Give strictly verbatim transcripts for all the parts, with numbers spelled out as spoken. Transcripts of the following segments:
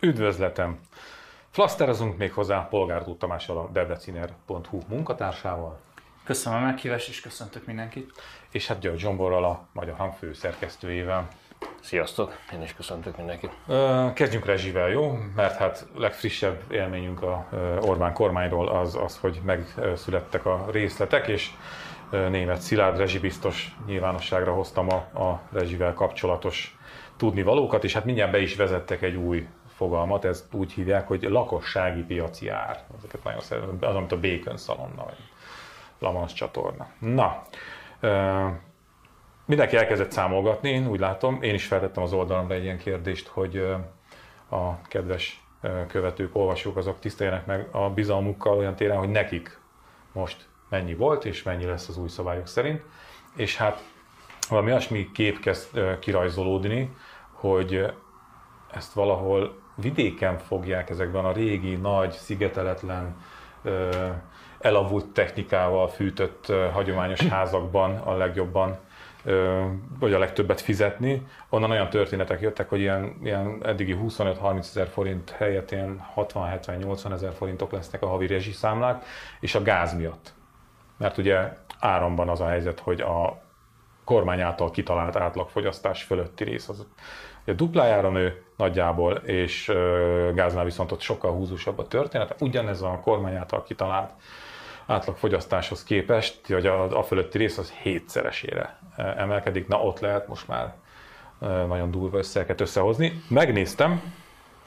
Üdvözletem! Flaszterezünk még hozzá Polgártó Tamással, a debreciner pont hu munkatársával. Köszönöm a meghívást, és köszöntök mindenkit. És hát György Zsomborral, a Magyar Hang főszerkesztőjével. Sziasztok, én is köszöntök mindenkit. Kezdjünk rezsivel, jó? Mert hát legfrissebb élményünk a Orbán kormányról az, az hogy megszülettek a részletek, és német Szilárd rezsibiztos nyilvánosságra hoztam a, a rezsivel kapcsolatos tudnivalókat, és hát mindjárt be is vezettek egy új fogalmat, ezt úgy hívják, hogy lakossági piaci ár. Ezeket nagyon szeretem, az, amit a Bacon szalonna, vagy Lamans csatorna. Na, mindenki elkezdett számolgatni, úgy látom. Én is feltettem az oldalamra egy ilyen kérdést, hogy a kedves követők, olvasók, azok tiszteljenek meg a bizalmukkal olyan téren, hogy nekik most mennyi volt, és mennyi lesz az új szabályok szerint. És hát valami olyasmi kép kezd kirajzolódni, hogy ezt valahol vidéken fogják ezekben a régi, nagy, szigeteletlen, elavult technikával fűtött hagyományos házakban a legjobban, vagy a legtöbbet fizetni. Onnan olyan történetek jöttek, hogy ilyen, ilyen eddigi huszonöt-harminc ezer forint helyett ilyen hatvan-hetven-nyolcvan ezer forintok lesznek a havi rezsiszámlák, és a gáz miatt. Mert ugye áramban az a helyzet, hogy a kormány által kitalált átlagfogyasztás fölötti rész az ugye duplájára nő nagyjából, és gáznál viszont ott sokkal húzósabb a történet. Ugyanez a kormány által kitalált átlagfogyasztáshoz képest, hogy a, a fölötti rész az hétszeresére emelkedik. Na ott lehet most már nagyon durva összeget összehozni. Megnéztem,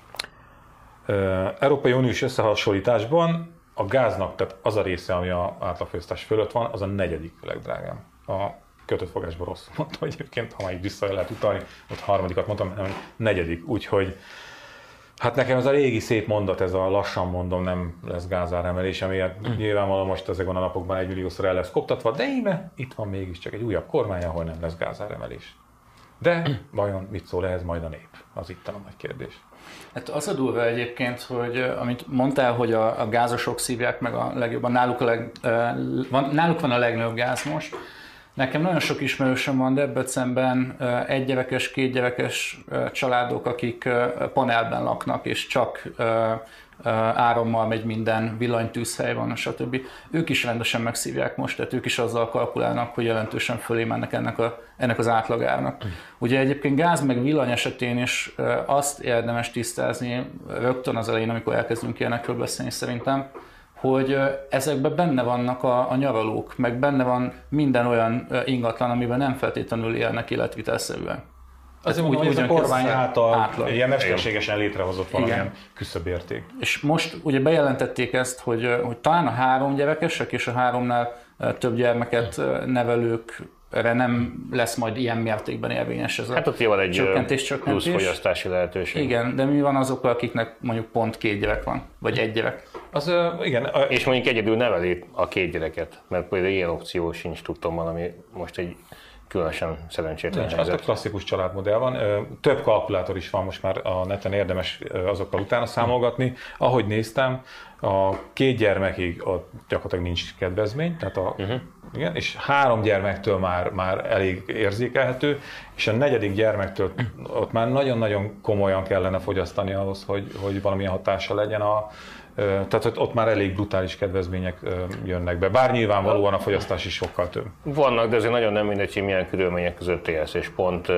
Európai Uniós összehasonlításban a gáznak, tehát az a része, ami az átlagfogyasztás fölött van, az a negyedik legdrágább. A kötött fogásban rosszul mondtam egyébként, ha már így vissza lehet utalni, ott harmadikat mondtam, hanem negyedik, úgyhogy hát nekem ez a régi szép mondat, ez a lassan mondom, nem lesz gázáremelés, amiért mm. nyilvánvalóan most ezekben a napokban egymilliószor el lesz koptatva, de íme itt van mégiscsak egy újabb kormány, ahol nem lesz gázáremelés. De vajon mit szól ehhez majd a nép? Az itt a nagy kérdés. Hát az a durva egyébként, hogy amit mondtál, hogy a, a gázosok szívják meg a legjobban, náluk, a leg, van, náluk van a legnagyobb gáz most. Nekem nagyon sok ismerősöm van Debrecenben, egygyerekes, kétgyerekes családok, akik panelben laknak, és csak árammal megy minden, villanytűzhely van, stb. Ők is rendesen megszívják most, tehát ők is azzal kalkulálnak, hogy jelentősen fölé mennek ennek, a, ennek az átlagárnak. Ugye egyébként gáz meg villany esetén is azt érdemes tisztázni rögtön az elején, amikor elkezdünk ilyenekről beszélni szerintem, hogy ezekben benne vannak a, a nyaralók, meg benne van minden olyan ingatlan, amiben nem feltétlenül élnek életvitelszerűen. Azért mondom, hogy ez a kormány által átlag. Ilyen mesterségesen létrehozott valamilyen küszöbérték. És most ugye bejelentették ezt, hogy, hogy talán a három gyerekesek és a háromnál több gyermeket nevelőkre nem lesz majd ilyen mértékben érvényes ez a hát ott van egy csökkentés, csökkentés. plusz fogyasztási lehetőség. Igen, de mi van azokkal, akiknek mondjuk pont két gyerek van, vagy egy gyerek? Az, igen. A... És mondjuk egyedül neveli a két gyereket, mert például ilyen opció sincs, tudtam valami most egy különösen szerencsétlen Nincs, helyzet. hát a klasszikus családmodell van. Több kalkulátor is van most már a neten, érdemes azokkal utána számolgatni. Ahogy néztem, a két gyermekig ott gyakorlatilag nincs kedvezmény, tehát a, uh-huh. igen, és három gyermektől már, már elég érzékelhető, és a negyedik gyermektől ott már nagyon-nagyon komolyan kellene fogyasztani ahhoz, hogy, hogy valamilyen hatása legyen a tehát ott már elég brutális kedvezmények jönnek be, bár nyilvánvalóan a fogyasztás is sokkal több. Vannak, de azért nagyon nem mindegy, hogy milyen körülmények között élsz, és pont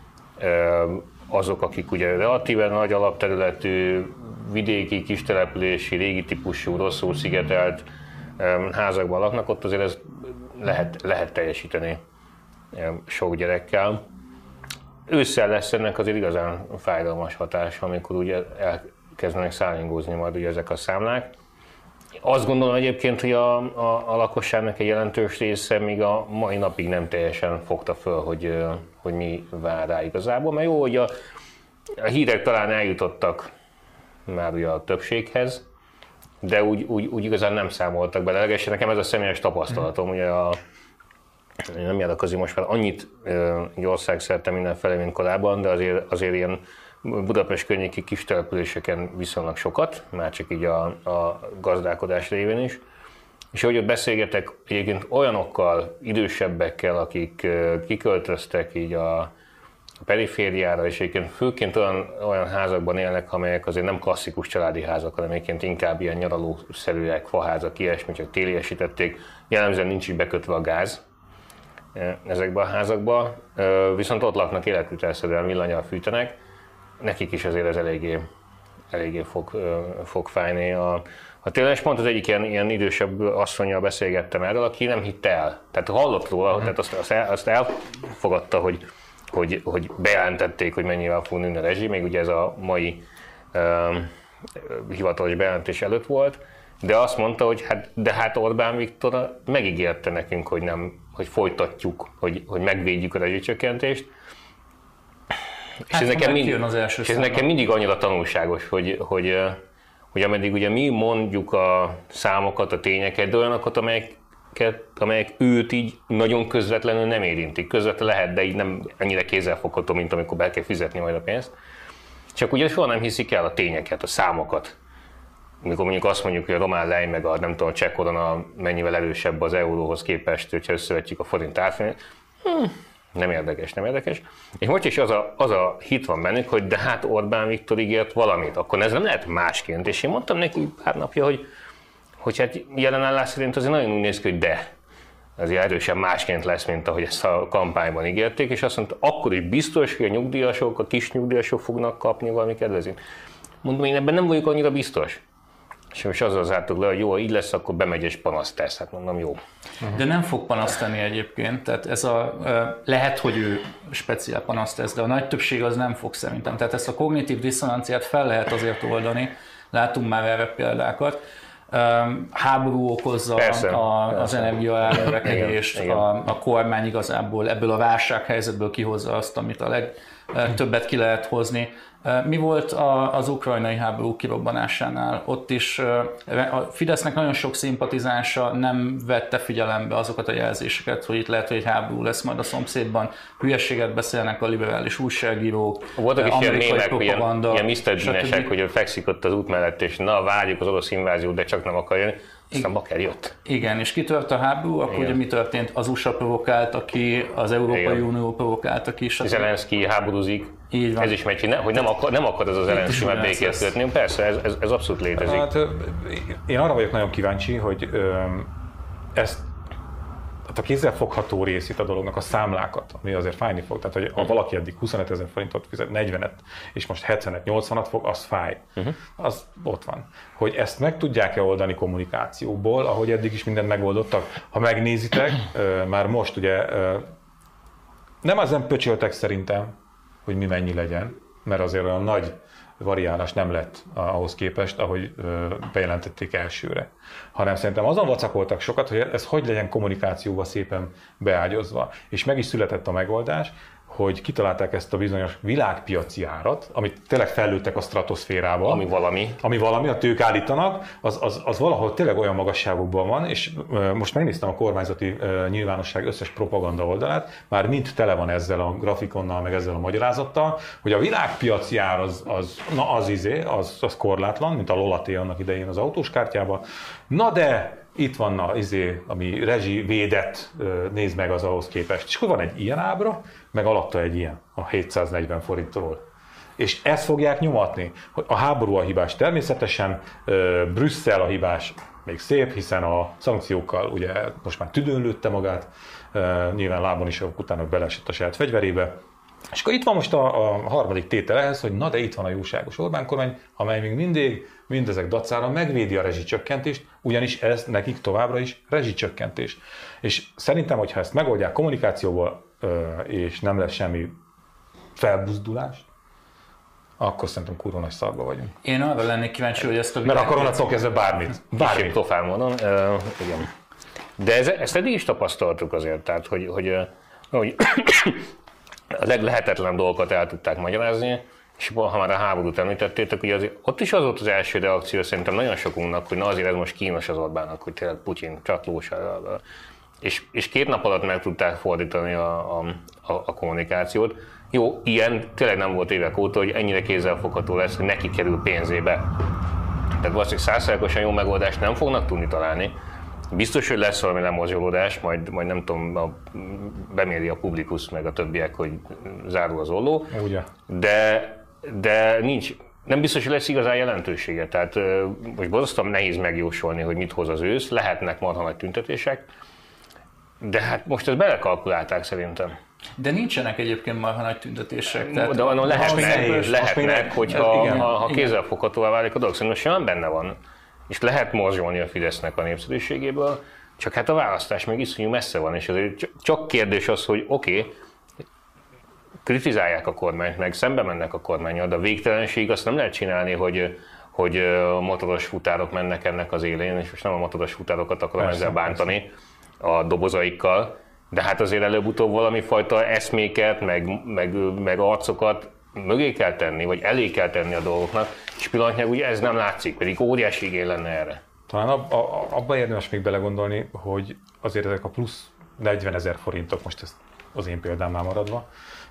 azok, akik ugye relatíve nagy alapterületű, vidéki, kistelepülési, régi típusú, rosszul szigetelt házakban laknak, ott azért ez lehet, lehet teljesíteni sok gyerekkel. Ősszel lesz ennek azért igazán fájdalmas hatása, amikor ugye el kezdenek szállingózni majd ugye ezek a számlák. Azt gondolom egyébként, hogy a, a, a lakosságnak egy jelentős része még a mai napig nem teljesen fogta föl, hogy, hogy mi vár rá igazából. Mert jó, hogy a, a hírek talán eljutottak már ugye a többséghez, de úgy, úgy, úgy igazán nem számoltak bele. Legesen nekem ez a személyes tapasztalatom, ugye a, nem járok azért most már annyit egy országszerte mindenfelé, mint korábban, de azért, azért ilyen Budapest környéki kis településeken viszonylag sokat, már csak így a, a gazdálkodás révén is. És ahogy ott beszélgetek egyébként olyanokkal, idősebbekkel, akik kiköltöztek így a a perifériára, és egyébként főként olyan, olyan házakban élnek, amelyek azért nem klasszikus családi házak, hanem egyébként inkább ilyen nyaralószerűek, faházak, ilyesmi, csak téliesítették. Jellemzően nincs így bekötve a gáz ezekbe a házakba, viszont ott laknak életvitelszerűen, villanyal fűtenek, nekik is azért ez eléggé, eléggé fog, fog fájni. A, a tényleg pont az egyik ilyen, ilyen idősebb asszonnyal beszélgettem erről, aki nem hitte el. Tehát hallott róla, mm. tehát azt, azt, el, azt elfogadta, hogy, hogy, hogy bejelentették, hogy mennyivel fog nőni a rezsi, még ugye ez a mai um, hivatalos bejelentés előtt volt, de azt mondta, hogy hát, de hát Orbán Viktor megígérte nekünk, hogy, nem, hogy folytatjuk, hogy, hogy megvédjük a rezsicsökkentést. És hát, ez, nekem, mind, és ez nekem mindig annyira tanulságos, hogy, hogy, hogy ameddig ugye mi mondjuk a számokat, a tényeket, de olyanokat, amelyeket, amelyek őt így nagyon közvetlenül nem érintik. Közvetlenül lehet, de így nem ennyire kézzelfogható, mint amikor be kell fizetni majd a pénzt. Csak ugye soha nem hiszik el a tényeket, a számokat. Amikor mondjuk azt mondjuk, hogy a román lej meg a nem tudom, a cseh korona mennyivel erősebb az euróhoz képest, hogyha összevetjük a forint árfolyamát, hmm, nem érdekes, nem érdekes. És most is az a, az a hit van bennük, hogy de hát Orbán Viktor ígért valamit, akkor ez nem lehet másként. És én mondtam neki pár napja, hogy, hogy hát jelenállás szerint azért nagyon úgy néz ki, hogy de. Azért erősen másként lesz, mint ahogy ezt a kampányban ígérték, és azt mondta, akkor is biztos, hogy a nyugdíjasok, a kis nyugdíjasok fognak kapni valami kedvezményt. Mondom, én ebben nem vagyok annyira biztos. És most azzal zártuk le, hogy jó, így lesz, akkor bemegy és panaszt tesz. Hát mondom, jó. De nem fog panaszt tenni egyébként, tehát ez a, lehet, hogy ő speciál panaszt tesz, de a nagy többség az nem fog szerintem. Tehát ezt a kognitív diszonanciát fel lehet azért oldani, látunk már erre példákat. Háború okozza persze, a, persze. az energiaárnövekedést, a, a kormány igazából ebből a válsághelyzetből kihozza azt, amit a legtöbbet ki lehet hozni. Mi volt az ukrajnai háború kirobbanásánál? Ott is a Fidesznek nagyon sok szimpatizánsa nem vette figyelembe azokat a jelzéseket, hogy itt lehet, hogy egy háború lesz majd a szomszédban. Hülyeséget beszélnek a liberális újságírók, voltak is ilyen mémek, propaganda, ilyen, ilyen miszter Beanesek, hogy fekszik ott az út mellett, és na, várjuk az orosz inváziót, de csak nem akar jönni. Aztán Baker jött. Igen, és kitört a háború, akkor igen. Ugye mi történt? Az u es á provokálta ki, az Európai igen. Unió provokálta ki. Zelenszky háborúzik. Így van. Ez is megy, hogy nem akar, nem akar ez az Zelenszky már békét kötni. Persze, ez, ez, ez abszolút létezik. Hát, én arra vagyok nagyon kíváncsi, hogy ezt a kézzelfogható részét a dolognak, a számlákat, ami azért fájni fog, tehát hogy ha valaki eddig huszonötezer forintot fizet, negyvenet, és most hetvenet, nyolcvanat fog, az fáj. Uh-huh. Az ott van. Hogy ezt meg tudják-e oldani kommunikációból, ahogy eddig is mindent megoldottak. Ha megnézitek, már most ugye nem ezen pöcsöltek szerintem, hogy mi mennyi legyen, mert azért olyan nagy variálás nem lett ahhoz képest, ahogy bejelentették elsőre. Hanem szerintem azon vacakoltak sokat, hogy ez hogy legyen kommunikációba szépen beágyazva. És meg is született a megoldás, hogy kitalálták ezt a bizonyos világpiaci árat, amit tényleg fellőttek a stratoszférába. Ami valami. Ami valami, a tők állítanak, az, az, az valahol tényleg olyan magasságokban van, és most megnéztem a kormányzati nyilvánosság összes propaganda oldalát, már mind tele van ezzel a grafikonnal, meg ezzel a magyarázattal, hogy a világpiaci ár az, az, na az izé, az, az korlátlan, mint a Lolaté annak idején az autóskártyában. Na de itt van a izé, ami rezsi védett, nézd meg az ahhoz képest. És akkor van egy ilyen ábra, meg alatta egy ilyen, a hétszáznegyven forintról. És ezt fogják nyomatni. A háború a hibás természetesen, Brüsszel a hibás még szép, hiszen a szankciókkal ugye most már tüdőn lőtte magát, nyilván lábon is utána beleesett a saját fegyverébe. És akkor itt van most a, a harmadik tétel ehhez, hogy na de itt van a jóságos Orbán kormány, amely még mindig mindezek dacára megvédi a rezsicsökkentést, ugyanis ez nekik továbbra is rezsicsökkentés. És szerintem, hogyha ezt megoldják kommunikációval, és nem lesz semmi felbuzdulás, akkor szerintem kurva nagy szarba vagyunk. Én arra lennék kíváncsi, hogy ezt a Mert akkor onnantól kezdve bármit. Bármit profán módon. Uh, igen. De ez, ezt eddig is tapasztaltuk azért, tehát hogy, hogy, hogy a leglehetetlen dolgokat el tudták magyarázni, és ha már a háborút említettétek, ugye azért, ott is az volt az első reakció szerintem nagyon sokunknak, hogy na azért ez most kínos az Orbánnak, hogy tényleg Putyin csatlós. És, és két nap alatt meg tudták fordítani a, a, a kommunikációt. Jó, ilyen tényleg nem volt évek óta, hogy ennyire kézzelfogható lesz, hogy neki kerül pénzébe. Tehát valószínűleg száz százalékosan jó megoldást nem fognak tudni találni, Biztos, hogy lesz valami lemorzsolódás, majd, majd nem tudom, a, beméri a Publikus meg a többiek, hogy zárul az olló. Ugye. De, de nincs, nem biztos, hogy lesz igazán jelentősége. Tehát most borzasztóan nehéz megjósolni, hogy mit hoz az ősz. Lehetnek marha nagy tüntetések, de hát most ezt belekalkulálták szerintem. De nincsenek egyébként marha nagy tüntetések. Tehát de no, lehetnek, lehetnek hogyha igen, ha, ha kézzelfoghatóvá válik a dolog. Szerintem simán benne van. És lehet morzsolni a Fidesznek a népszerűségéből, csak hát a választás még iszonyú messze van, és azért csak kérdés az, hogy oké, okay, kritizálják a kormányt, meg szembe mennek a kormánnyal, de a végtelenség azt nem lehet csinálni, hogy, hogy a motoros futárok mennek ennek az élén, és most nem a motoros futárokat akarom persze, ezzel bántani persze. a dobozaikkal, de hát azért előbb-utóbb valami fajta eszméket, meg, meg, meg arcokat mögé kell tenni, vagy elé kell tenni a dolgoknak, és pillanatnyilag ugye ez nem látszik, pedig óriási igény lenne erre. Talán ab, a, abba érdemes még belegondolni, hogy azért ezek a plusz negyvenezer forintok, most ez az én példámnál maradva,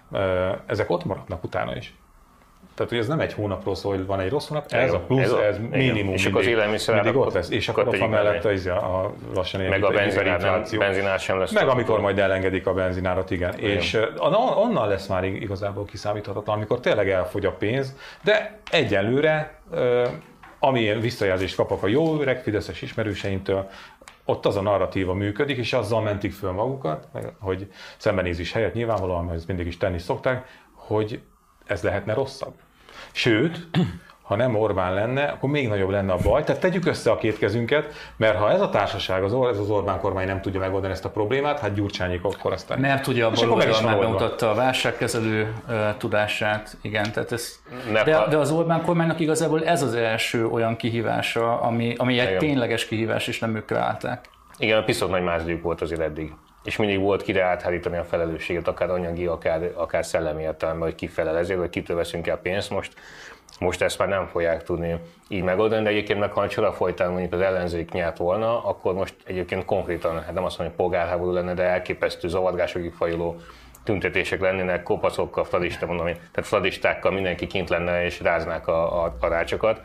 ezek ott maradnak utána is. Tehát, hogy ez nem egy hónapról szól, hogy van egy rossz hónap, ez a plusz, ez, a, ez minimum és mindig, mindig ott lesz. És akkor ott van mellette ez a lassan meg a benzinár sem lesz. Meg amikor majd elengedik a benzinárat, igen. igen. És onnan lesz már igazából kiszámíthatatlan, amikor tényleg elfogy a pénz, de egyelőre, amilyen visszajelzést kapok a jó öreg fideszes ismerőseimtől, ott az a narratíva működik, és azzal mentik föl magukat, hogy szembenézés helyett nyilvánvalóan, mert ezt mindig is tenni szokták, hogy ez lehetne rosszabb. Sőt, ha nem Orbán lenne, akkor még nagyobb lenne a baj. Tehát tegyük össze a két kezünket, mert ha ez a társaság, az, ez az Orbán kormány nem tudja megoldani ezt a problémát, hát Gyurcsányék akkor aztán. Mert ugye a baloldal már bemutatta a válságkezelő uh, tudását, igen, tehát ez, de, de az Orbán kormánynak igazából ez az első olyan kihívása, ami, ami egy igen. tényleges kihívás, és nem ők kreálták. Igen, a piszok nagy mázliuk volt azért eddig. És mindig volt kire áthárítani a felelősséget, akár anyagi, akár, akár szellemi értelemben, hogy ki felel ezért, vagy kitől veszünk el pénzt. Most, most ezt már nem fogják tudni így megoldani, de egyébként meg ha a csora folytán mondjuk az ellenzék nyert volna, akkor most egyébként konkrétan, hát nem azt mondom, hogy polgárháború lenne, de elképesztő zavargásokig fajuló tüntetések lennének, kopaszokkal, fladista, mondom, tehát fladistákkal mindenki kint lenne és ráznák a, a, a rácsokat.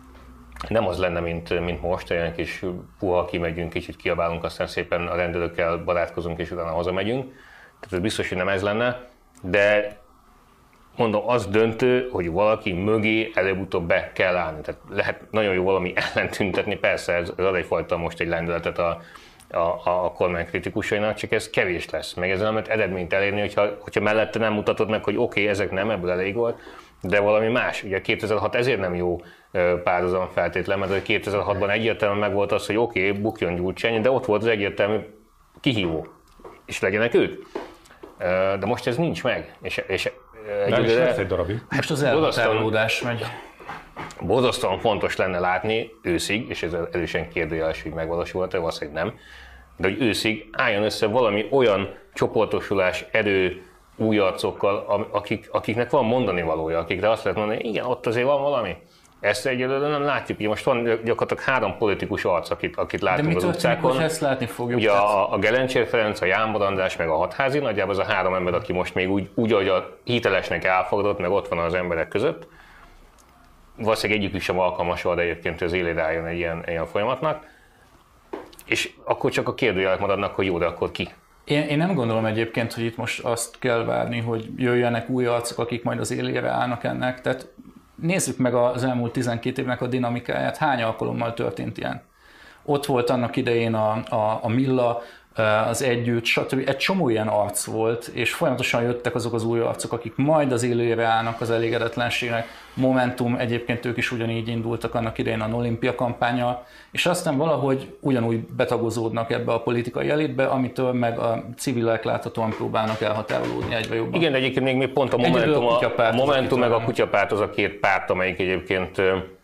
Nem az lenne, mint, mint most, olyan kis puha, kimegyünk, kicsit kiabálunk, aztán szépen a rendőrökkel barátkozunk, és utána hazamegyünk. Tehát ez biztos, hogy nem ez lenne, de mondom, az döntő, hogy valaki mögé előbb-utóbb be kell állni. Tehát lehet nagyon jó valami ellen tüntetni, persze ez, ez ad egyfajta most egy lendületet a, a, a kormány kritikusainak, csak ez kevés lesz. Meg ezzel nem lehet eredményt elérni, hogyha, hogyha mellette nem mutatod meg, hogy oké, okay, ezek nem, ebből elég volt, de valami más. Ugye kétezer-hat ezért nem jó párhuzam feltétlen, mert kétezer-hatban egyértelműen megvolt az, hogy oké, okay, bukjon Gyurcsány, de ott volt az egyértelmű kihívó, és legyenek ők. De most ez nincs meg. És, és nem is lesz egy darabig. Most az elhatárolódás megy. Borzasztóan fontos lenne látni őszig, és ez erősen kérdőjeles, hogy megvalósulhat, valószínűleg nem, de hogy őszig álljon össze valami olyan csoportosulás, erő, új arcokkal, akik, akiknek van mondani valója, akikre azt lehet mondani, igen, ott azért van valami. Ezt egyelőre nem látjuk. Ugye most van gyakorlatilag három politikus arc, akit, akit látunk az utcákon. De mi ezt látni fogjuk? Ugye a, a Gelencsér Ferenc, a Jánbor András, meg a Hatházi, nagyjából az a három ember, aki most még úgy, úgy ahogy a hitelesnek elfogadott, meg ott van az emberek között. Valószínűleg egyikük sem alkalmas arra egyébként, hogy az élére álljon egy ilyen, ilyen folyamatnak. És akkor csak a kérdőjelek maradnak, hogy jó, de akkor ki? Én, én nem gondolom egyébként, hogy itt most azt kell várni, hogy jöjjenek új arcok, akik majd az élére állnak ennek. Tehát nézzük meg az elmúlt tizenkét évnek a dinamikáját, hány alkalommal történt ilyen. Ott volt annak idején a, a, a Milla, az Együtt, stb. Egy csomó ilyen arc volt, és folyamatosan jöttek azok az új arcok, akik majd az élőjére állnak az elégedetlenségnek. Momentum, egyébként ők is ugyanígy indultak annak idején a Olimpia kampánnyal, és aztán valahogy ugyanúgy betagozódnak ebbe a politikai elitbe, amitől meg a civilek láthatóan próbálnak elhatárolódni egyre jobban. Igen, de egyébként még, még pont a Momentum, a, a, a Momentum meg a Kutyapárt az a két párt, amelyik egyébként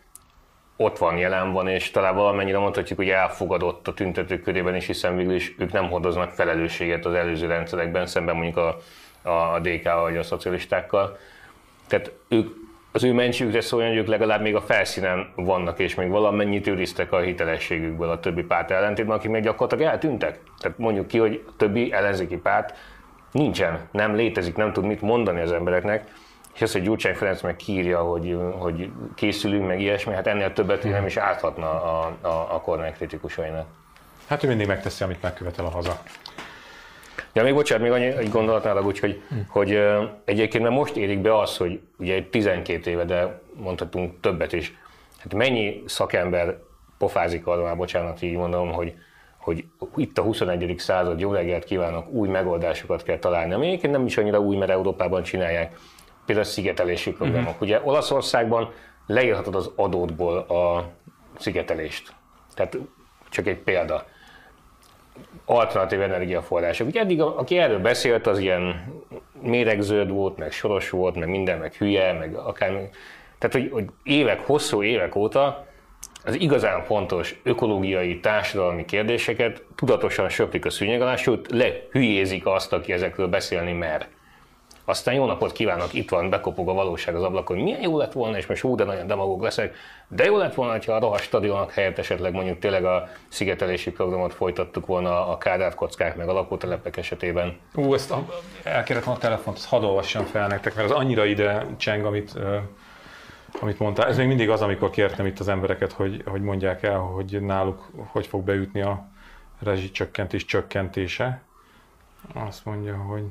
ott van, jelen van, és talán valamennyire mondhatjuk, hogy elfogadott a tüntetők körében is, hiszen végül is ők nem hordoznak felelősséget az előző rendszerekben, szemben mondjuk a, a dé ká vagy a szocialistákkal. Tehát ők, az ő mentségükre szóljon, hogy ők legalább még a felszínen vannak, és még valamennyit őriztek a hitelességükből a többi párt ellentétben, akik még gyakorlatilag eltűntek. Tehát mondjuk ki, hogy a többi ellenzéki párt nincsen, nem létezik, nem tud mit mondani az embereknek. És az, hogy Gyurcsány Ferenc meg kiírja, hogy, hogy készülünk, meg ilyesmi, hát ennél többet nem is áthatna a, a, a kormány kritikusainak. Hát ő mindig megteszi, amit megkövetel a haza. Ja, még bocsánat, még annyi egy gondolatnál, úgy, hogy, hm. hogy uh, egyébként már most érik be az, hogy ugye tizenkét éve, de mondhatunk többet is, hát mennyi szakember pofázik arra, már bocsánat, így mondom, hogy, hogy itt a huszonegyedik század, jó reggelt kívánok, új megoldásokat kell találni, ami egyébként nem is annyira új, mert Európában csinálják, például a szigetelési programok. Uh-huh. Ugye Olaszországban leírhatod az adódból a szigetelést. Tehát csak egy példa. Alternatív energiaforrások. Ugye eddig, aki erről beszélt, az ilyen méregzöld volt, meg soros volt, meg minden, meg hülye, meg akármi. Tehát, hogy, hogy évek, hosszú évek óta az igazán fontos ökológiai, társadalmi kérdéseket tudatosan söprik a szűnyeg alá, sőt, lehülyézik azt, aki ezekről beszélni mer. Aztán jó napot kívánok, itt van, bekopog a valóság az ablakon, milyen jó lett volna, és most hú, de nagyon demagóg leszek, de jó lett volna, ha a rohadt stadionok helyett esetleg mondjuk tényleg a szigetelési programot folytattuk volna a kádárkockák meg a lakótelepek esetében. Ú, ezt elkérhetem a telefont, ezt hadd olvassam fel nektek, mert az annyira ide cseng, amit, uh, amit mondtál. Ez még mindig az, amikor kértem itt az embereket, hogy, hogy mondják el, hogy náluk hogy fog beütni a rezsicsökkentés csökkentése. Azt mondja, hogy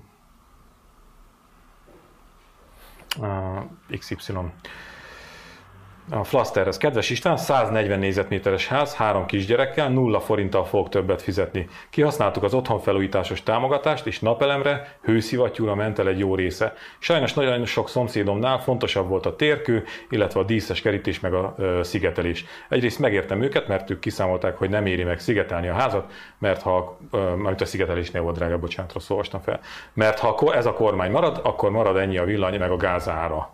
Uh, iksz ipszilon. A Flasterhez. Kedves István, száznegyven négyzetméteres ház, három kisgyerekkel, nulla forinttal fogok többet fizetni. Kihasználtuk az otthonfelújításos támogatást, és napelemre, hőszivattyúra ment el egy jó része. Sajnos nagyon sok szomszédomnál fontosabb volt a térkő, illetve a díszes kerítés meg a ö, szigetelés. Egyrészt megértem őket, mert ők kiszámolták, hogy nem éri meg szigetelni a házat, mert ha, ö, mert a szigetelésnél volt drága, bocsánat, rosszul olvastam fel. Mert ha ez a kormány marad, akkor marad ennyi a villany meg a gázára.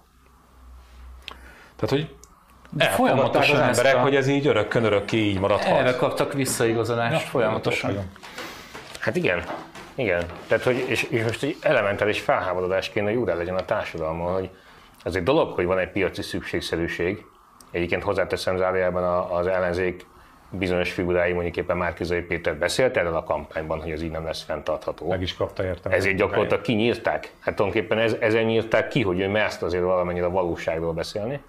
Tehát, hogy elfogadták az emberek, a... hogy ez így örökkön örökké így maradhat. Erre kaptak visszaigazolást ja, folyamatosan. Hát igen, igen. Tehát, hogy, és, és most egy elementális felháborodás kéne, hogy úrrá legyen a társadalma, hogy az egy dolog, hogy van egy piaci szükségszerűség. Egyébként hozzáteszem zárójában az ellenzék bizonyos figurái, mondjuk éppen Márki-Zay Péter beszélt erről a kampányban, hogy ez így nem lesz fenntartható. Meg is kapta érte. Ezért gyakorlatilag kinyírták. Hát tulajdonképpen ez, ezen nyírták ki, hogy ő ezt azért valamennyire a valóságról beszélni.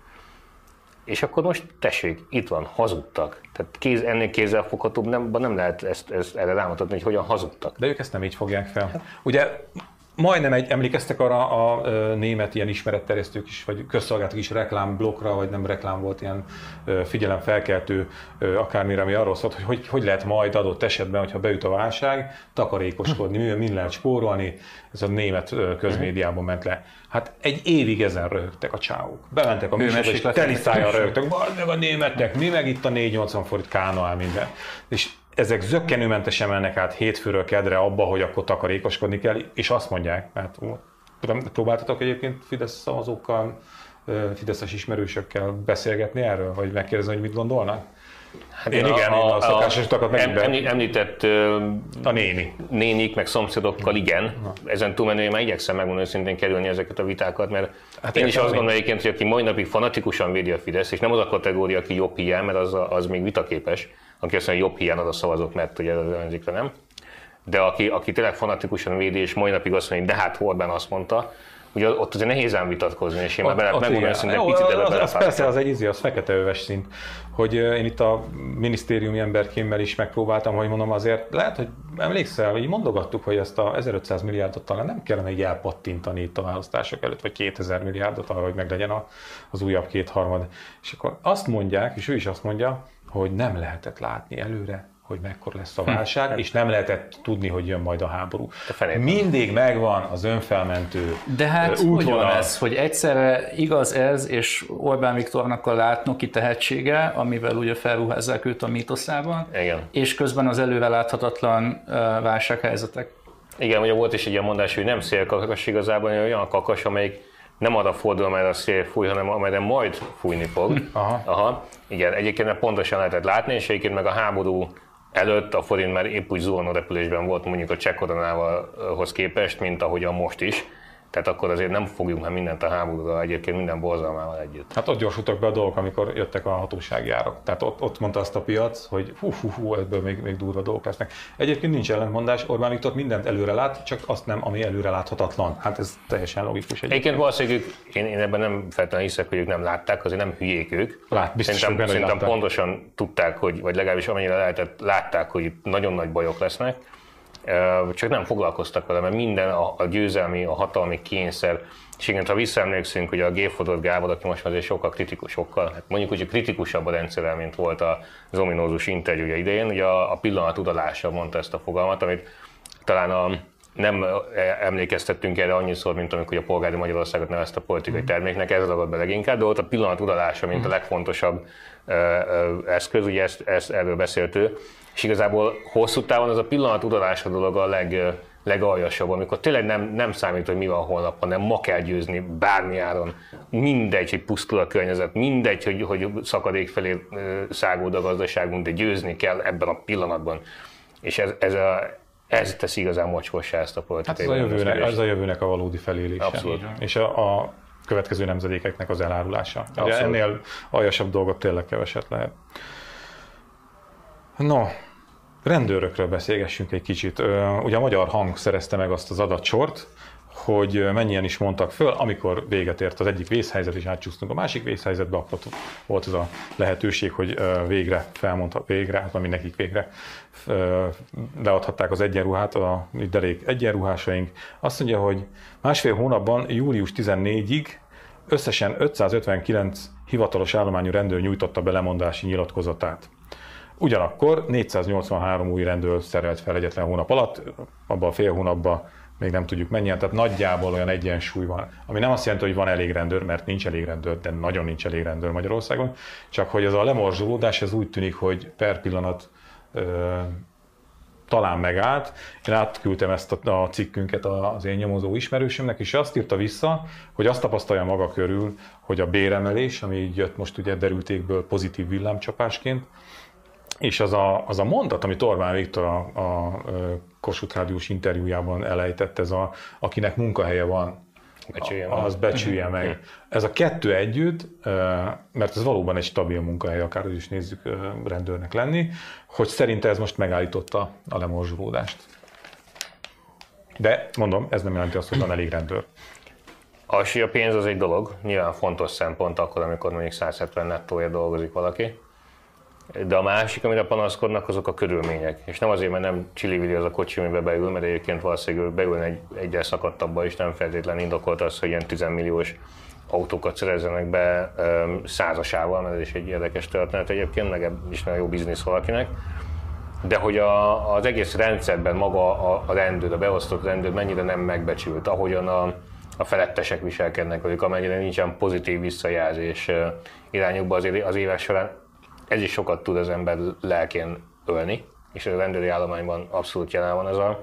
És akkor most tessék, itt van, hazudtak. Tehát kéz, ennél kézzelfoghatóbb nem, nem lehet ezt, ezt erre rámutatni, hogy hogyan hazudtak. De ők ezt nem így fogják fel. Ugye majdnem egy, emlékeztek arra a, a német ilyen ismeretterjesztők is, vagy közszolgálatok is reklámblokkra, vagy nem reklám volt, ilyen figyelemfelkeltő akármire, ami arról szólt, hogy, hogy hogy lehet majd adott esetben, hogyha beüt a válság, takarékoskodni, mi lehet spórolni, ez a német közmédiában ment le. Hát egy évig ezen röhögtek a csávók. Bementek a műsorba, és teli szájjal röhögtek, meg a németek, mi meg itt a négyszáznyolcvan forint kánoál minden. És ezek zökkenőmentesen mennek át hétfőről kedre abba, hogy akkor takarékoskodni kell, és azt mondják, mert próbáltatok egyébként Fidesz szavazókkal, fideszes ismerősökkel beszélgetni erről, vagy megkérdezni, hogy mit gondolnak? Hát én a, igen, a, a szokásos utakat meg em, Említett a néni. nénik, meg szomszédokkal igen. Ha. Ezen túlmenően már igyekszem megmondani, hogy szintén kerülni ezeket a vitákat, mert hát én is azt gondolom egyébként, hogy aki mai napig fanatikusan védi a Fidesz, és nem az a kategória, aki jobb hiány, mert az, az még vitaképes, aki azt mondja, hogy jobb hiány az a szavazók, mert ugye az ellenzékre nem. De aki, aki tényleg fanatikusan védi, és mai napig azt mondja, hogy de hát Orbán azt mondta, ugye ott azért nehéz ám vitatkozni, és én már bele, megmondom, hogy egy picit ebbe az, az persze, az egy ízi, az fekete öves szint. Hogy én itt a minisztériumi emberkémmel is megpróbáltam, hogy mondom, azért lehet, hogy emlékszel, hogy mondogattuk, hogy ezt a ezerötszáz milliárdot talán nem kellene így elpattintani itt a választások előtt, vagy kétezer milliárdot arra, hogy meglegyen az újabb kétharmad. És akkor azt mondják, és ő is azt mondja, hogy nem lehetett látni előre, hogy mekkora lesz a válság, hm. és nem lehetett tudni, hogy jön majd a háború. Mindig megvan az önfelmentő De hát úgy van ez, hogy egyszerre igaz ez, és Orbán Viktornak a látnoki tehetsége, amivel ugye felruházzák őt a mítoszában, igen. és közben az előreláthatatlan válsághelyzetek. Igen, ugye volt is egy ilyen mondás, hogy nem szélkakas igazából, hogy olyan kakas, amelyik nem arra fordul, amelyre a szél fúj, hanem amelyre majd fújni fog. Aha. Aha. Igen, egyébként pontosan lehetett látni, és egyébként meg a háború előtt a forint már épp úgy zuhanó repülésben volt mondjuk a cseh koronához képest, mint ahogyan most is. Tehát akkor azért nem fogjuk már mindent a háborúra, egyébként minden borzalmával együtt. Hát ott gyorsultak be a dolgok, amikor jöttek a hatósági árak. Tehát ott, ott mondta azt a piac, hogy hú, hú, hú, ebből még, még durva dolgok lesznek. Egyébként nincs ellentmondás, Orbán Viktor mindent előre lát, csak azt nem, ami előre láthatatlan. Hát ez teljesen logikus. Egyébként, egyébként valószínűleg én, én ebben nem feltétlenül hiszek, hogy ők nem látták, azért nem hülyék ők. Lát, biztos, szerintem benne, szerintem pontosan tudták, hogy, vagy legalábbis amennyire lehetett, látták, hogy nagyon nagy bajok lesznek. Csak nem foglalkoztak vele, mert minden a, a győzelmi, a hatalmi kényszer, és igen, ha visszaemlékszünk, hogy a Géfodor Gábor, aki most azért sokkal kritikusokkal, hát mondjuk úgy kritikusabb a rendszerrel, mint volt az ominózus interjúja idején, ugye a, a pillanat utalása mondta ezt a fogalmat, amit talán a, nem emlékeztettünk erre annyiszor, mint amikor a Polgári Magyarországot nevezte a politikai terméknek, ez ragad be leginkább, de ott a pillanat utalása, mint a legfontosabb eszköz, ugye ezt, ezt erről beszélt ő. És igazából hosszú távon az a pillanat utalása dolog a leg, legaljasabb, amikor tényleg nem, nem számít, hogy mi van holnap, hanem ma kell győzni bármi áron. Mindegy, hogy pusztul a környezet, mindegy, hogy, hogy szakadék felé száguld a gazdaságunk, de győzni kell ebben a pillanatban. És ez, ez, a, ez teszi igazán mocskossá ezt a politikai. Hát ez a jövőnek, ez a jövőnek a valódi felélése. Abszolút. És a, a következő nemzedékeknek az elárulása. Ugye ennél aljasabb dolgot tényleg keveset lehet. No, rendőrökről beszélgessünk egy kicsit. Ugye a Magyar Hang szerezte meg azt az adatsort, hogy mennyien is mondtak föl, amikor véget ért az egyik vészhelyzet, és átcsúsztunk a másik vészhelyzetbe, akkor volt ez a lehetőség, hogy végre felmondhat, végre, hát nekik végre leadhatták az egyenruhát, a derék egyenruhásaink. Azt mondja, hogy másfél hónapban, július tizennégyig összesen ötszázötvenkilenc hivatalos állományú rendőr nyújtotta be lemondási nyilatkozatát. Ugyanakkor négyszáznyolcvanhárom új rendőr szerelt fel egyetlen hónap alatt, abban a fél hónapban még nem tudjuk mennyien, tehát nagyjából olyan egyensúly van, ami nem azt jelenti, hogy van elég rendőr, mert nincs elég rendőr, de nagyon nincs elég rendőr Magyarországon, csak hogy ez a lemorzsolódás, ez úgy tűnik, hogy per pillanat ö, talán megállt. Én átküldtem ezt a, a cikkünket az én nyomozó ismerősömnek, és azt írta vissza, hogy azt tapasztalja maga körül, hogy a béremelés, ami így jött most ugye derültékből pozitív villámcsapásként, és az a, az a mondat, amit Orbán Viktor a, a Kossuth Rádiós interjújában elejtett, ez a, akinek munkahelye van, becsülje az becsülje meg. Ez a kettő együtt, mert ez valóban egy stabil munkahely, akár is nézzük rendőrnek lenni, hogy szerinte ez most megállította a lemorzsolódást. De mondom, ez nem jelenti azt, hogy van elég rendőr. Az, hogy a pénz az egy dolog, nyilván fontos szempont akkor, amikor mondjuk száz hetven nettóért dolgozik valaki. De a másik, amire panaszkodnak, azok a körülmények. És nem azért, mert nem csili az a kocsi, amiben beül, mert egyébként valószínűleg beülne egy egyel szakadtabba is, nem feltétlenül indokolt az, hogy ilyen tízmilliós autókat szerezzenek be um, százasával, mert ez is egy érdekes történet egyébként, meg is nagyon jó biznisz valakinek. De hogy a, az egész rendszerben maga a, a rendőr, a beosztott rendőr mennyire nem megbecsült, ahogyan a, a felettesek viselkednek velük, amennyire nincsen pozitív visszajelzés uh, irányukba azért az évek során. Ez is sokat tud az ember lelkén ölni, és a rendőri állományban abszolút jelen van ez, a,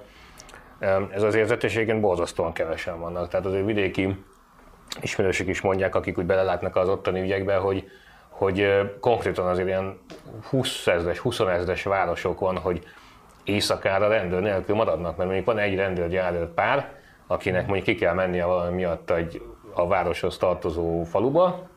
ez az érzetességen borzasztóan kevesen vannak. Tehát azért vidéki ismerősök is mondják, akik úgy belelátnak az ottani ügyekbe, hogy, hogy konkrétan azért ilyen húszezres, huszonezres városok van, hogy éjszakára rendőr nélkül maradnak, mert mondjuk van egy rendőrgyárőr pár, akinek mondjuk ki kell mennie valami miatt egy a városhoz tartozó faluba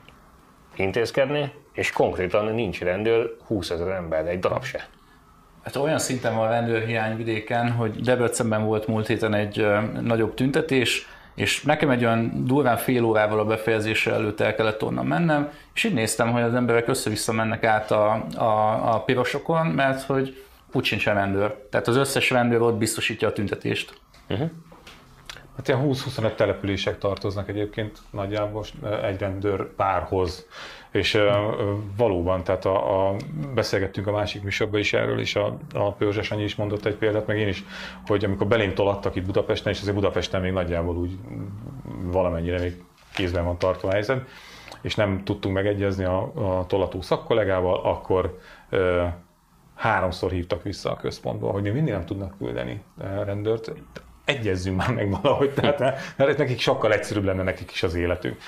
intézkedni, és konkrétan nincs rendőr húszezer ember, egy darab se. Hát olyan szinten van a rendőrhiány vidéken, hogy Debrecenben volt múlt héten egy ö, nagyobb tüntetés, és nekem egy olyan durván fél órával a befejezésre előtt el kellett onnan mennem, és így néztem, hogy az emberek össze-vissza mennek át a, a, a pirosokon, mert hogy úgy sincsen rendőr. Tehát az összes rendőr ott biztosítja a tüntetést. Uh-huh. Hát ilyen húsz-huszonöt települések tartoznak egyébként nagyjából egy rendőr párhoz. És uh, valóban, tehát a, a, beszélgettünk a másik műsorban is erről, és a, a Pörzses Annyi is mondott egy példát, meg én is, hogy amikor belénk tolattak itt Budapesten, és azért Budapesten még nagyjából úgy valamennyire még kézben van tartva a helyzet, és nem tudtunk megegyezni a, a tolató szakkollégával, akkor uh, háromszor hívtak vissza a központból, hogy mi mindig nem tudnak küldeni rendőrt. Egyezzünk már meg valahogy, tehát mert nekik sokkal egyszerűbb lenne nekik is az életük.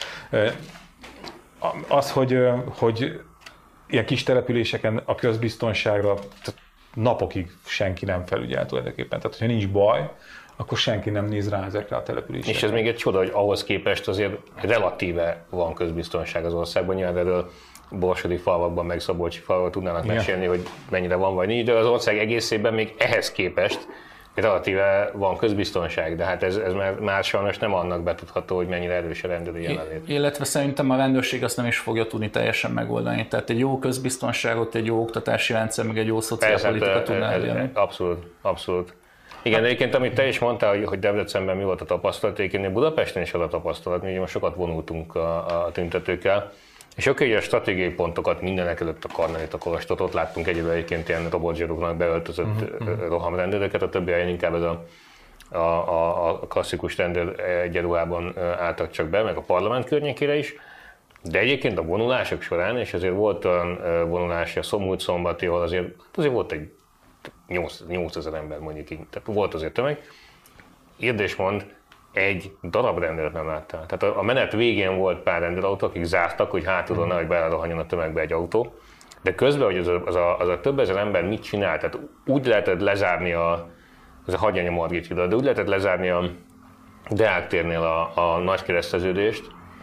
Az, hogy, hogy ilyen kis településeken a közbiztonságra napokig senki nem felügyel tulajdonképpen. Tehát, hogyha nincs baj, akkor senki nem néz rá ezekre a településekre. És ez még egy csoda, hogy ahhoz képest azért relatíve van közbiztonság az országban, nyilván erről borsodi falvakban, meg szabolcsi falvakban tudnának Igen. mesélni, hogy mennyire van vagy nincs, de az ország egészében még ehhez képest relatíve van közbiztonság, de hát ez, ez már, már sajnos nem annak betudható, hogy mennyire erős a rendőri jelenlét. Illetve szerintem a rendőrség azt nem is fogja tudni teljesen megoldani. Tehát egy jó közbiztonságot, egy jó oktatási rendszer, meg egy jó szociálpolitika Persze, tudná ez, elérni. abszolút, abszolút. Igen, de egyébként, amit te is mondtál, hogy, hogy Debrecenben mi volt a tapasztalat, egyébként Budapesten is az a tapasztalat, mi ugye most sokat vonultunk a, a tüntetőkkel, és oké, hogy a stratégiai pontokat mindenek előtt a Karmelit, a Kolostot, ott láttunk egyébként egyébként ilyen robotzsaruknak beöltözött uh-huh. rohamrendőröket, a többi helyen inkább ez a, a, a, a klasszikus rendőr egyenruhában álltak csak be, meg a parlament környékére is. De egyébként a vonulások során, és azért volt olyan vonulás a Szomult Szombati, ahol azért, azért volt egy nyolcezer ember mondjuk így, tehát volt azért tömeg. Írd és mond, egy darab rendőrt nem láttál. Tehát a menet végén volt pár rendőrautó, akik zártak, hogy hátulról nehogy belerohanjon a tömegbe egy autó. De közben, hogy az a, az, a, az a több ezer ember mit csinál, tehát úgy lehetett lezárni a, ez a Hagyjanya Margit híd, de úgy lehetett lezárni a Deák térnél a, a nagy kereszteződést,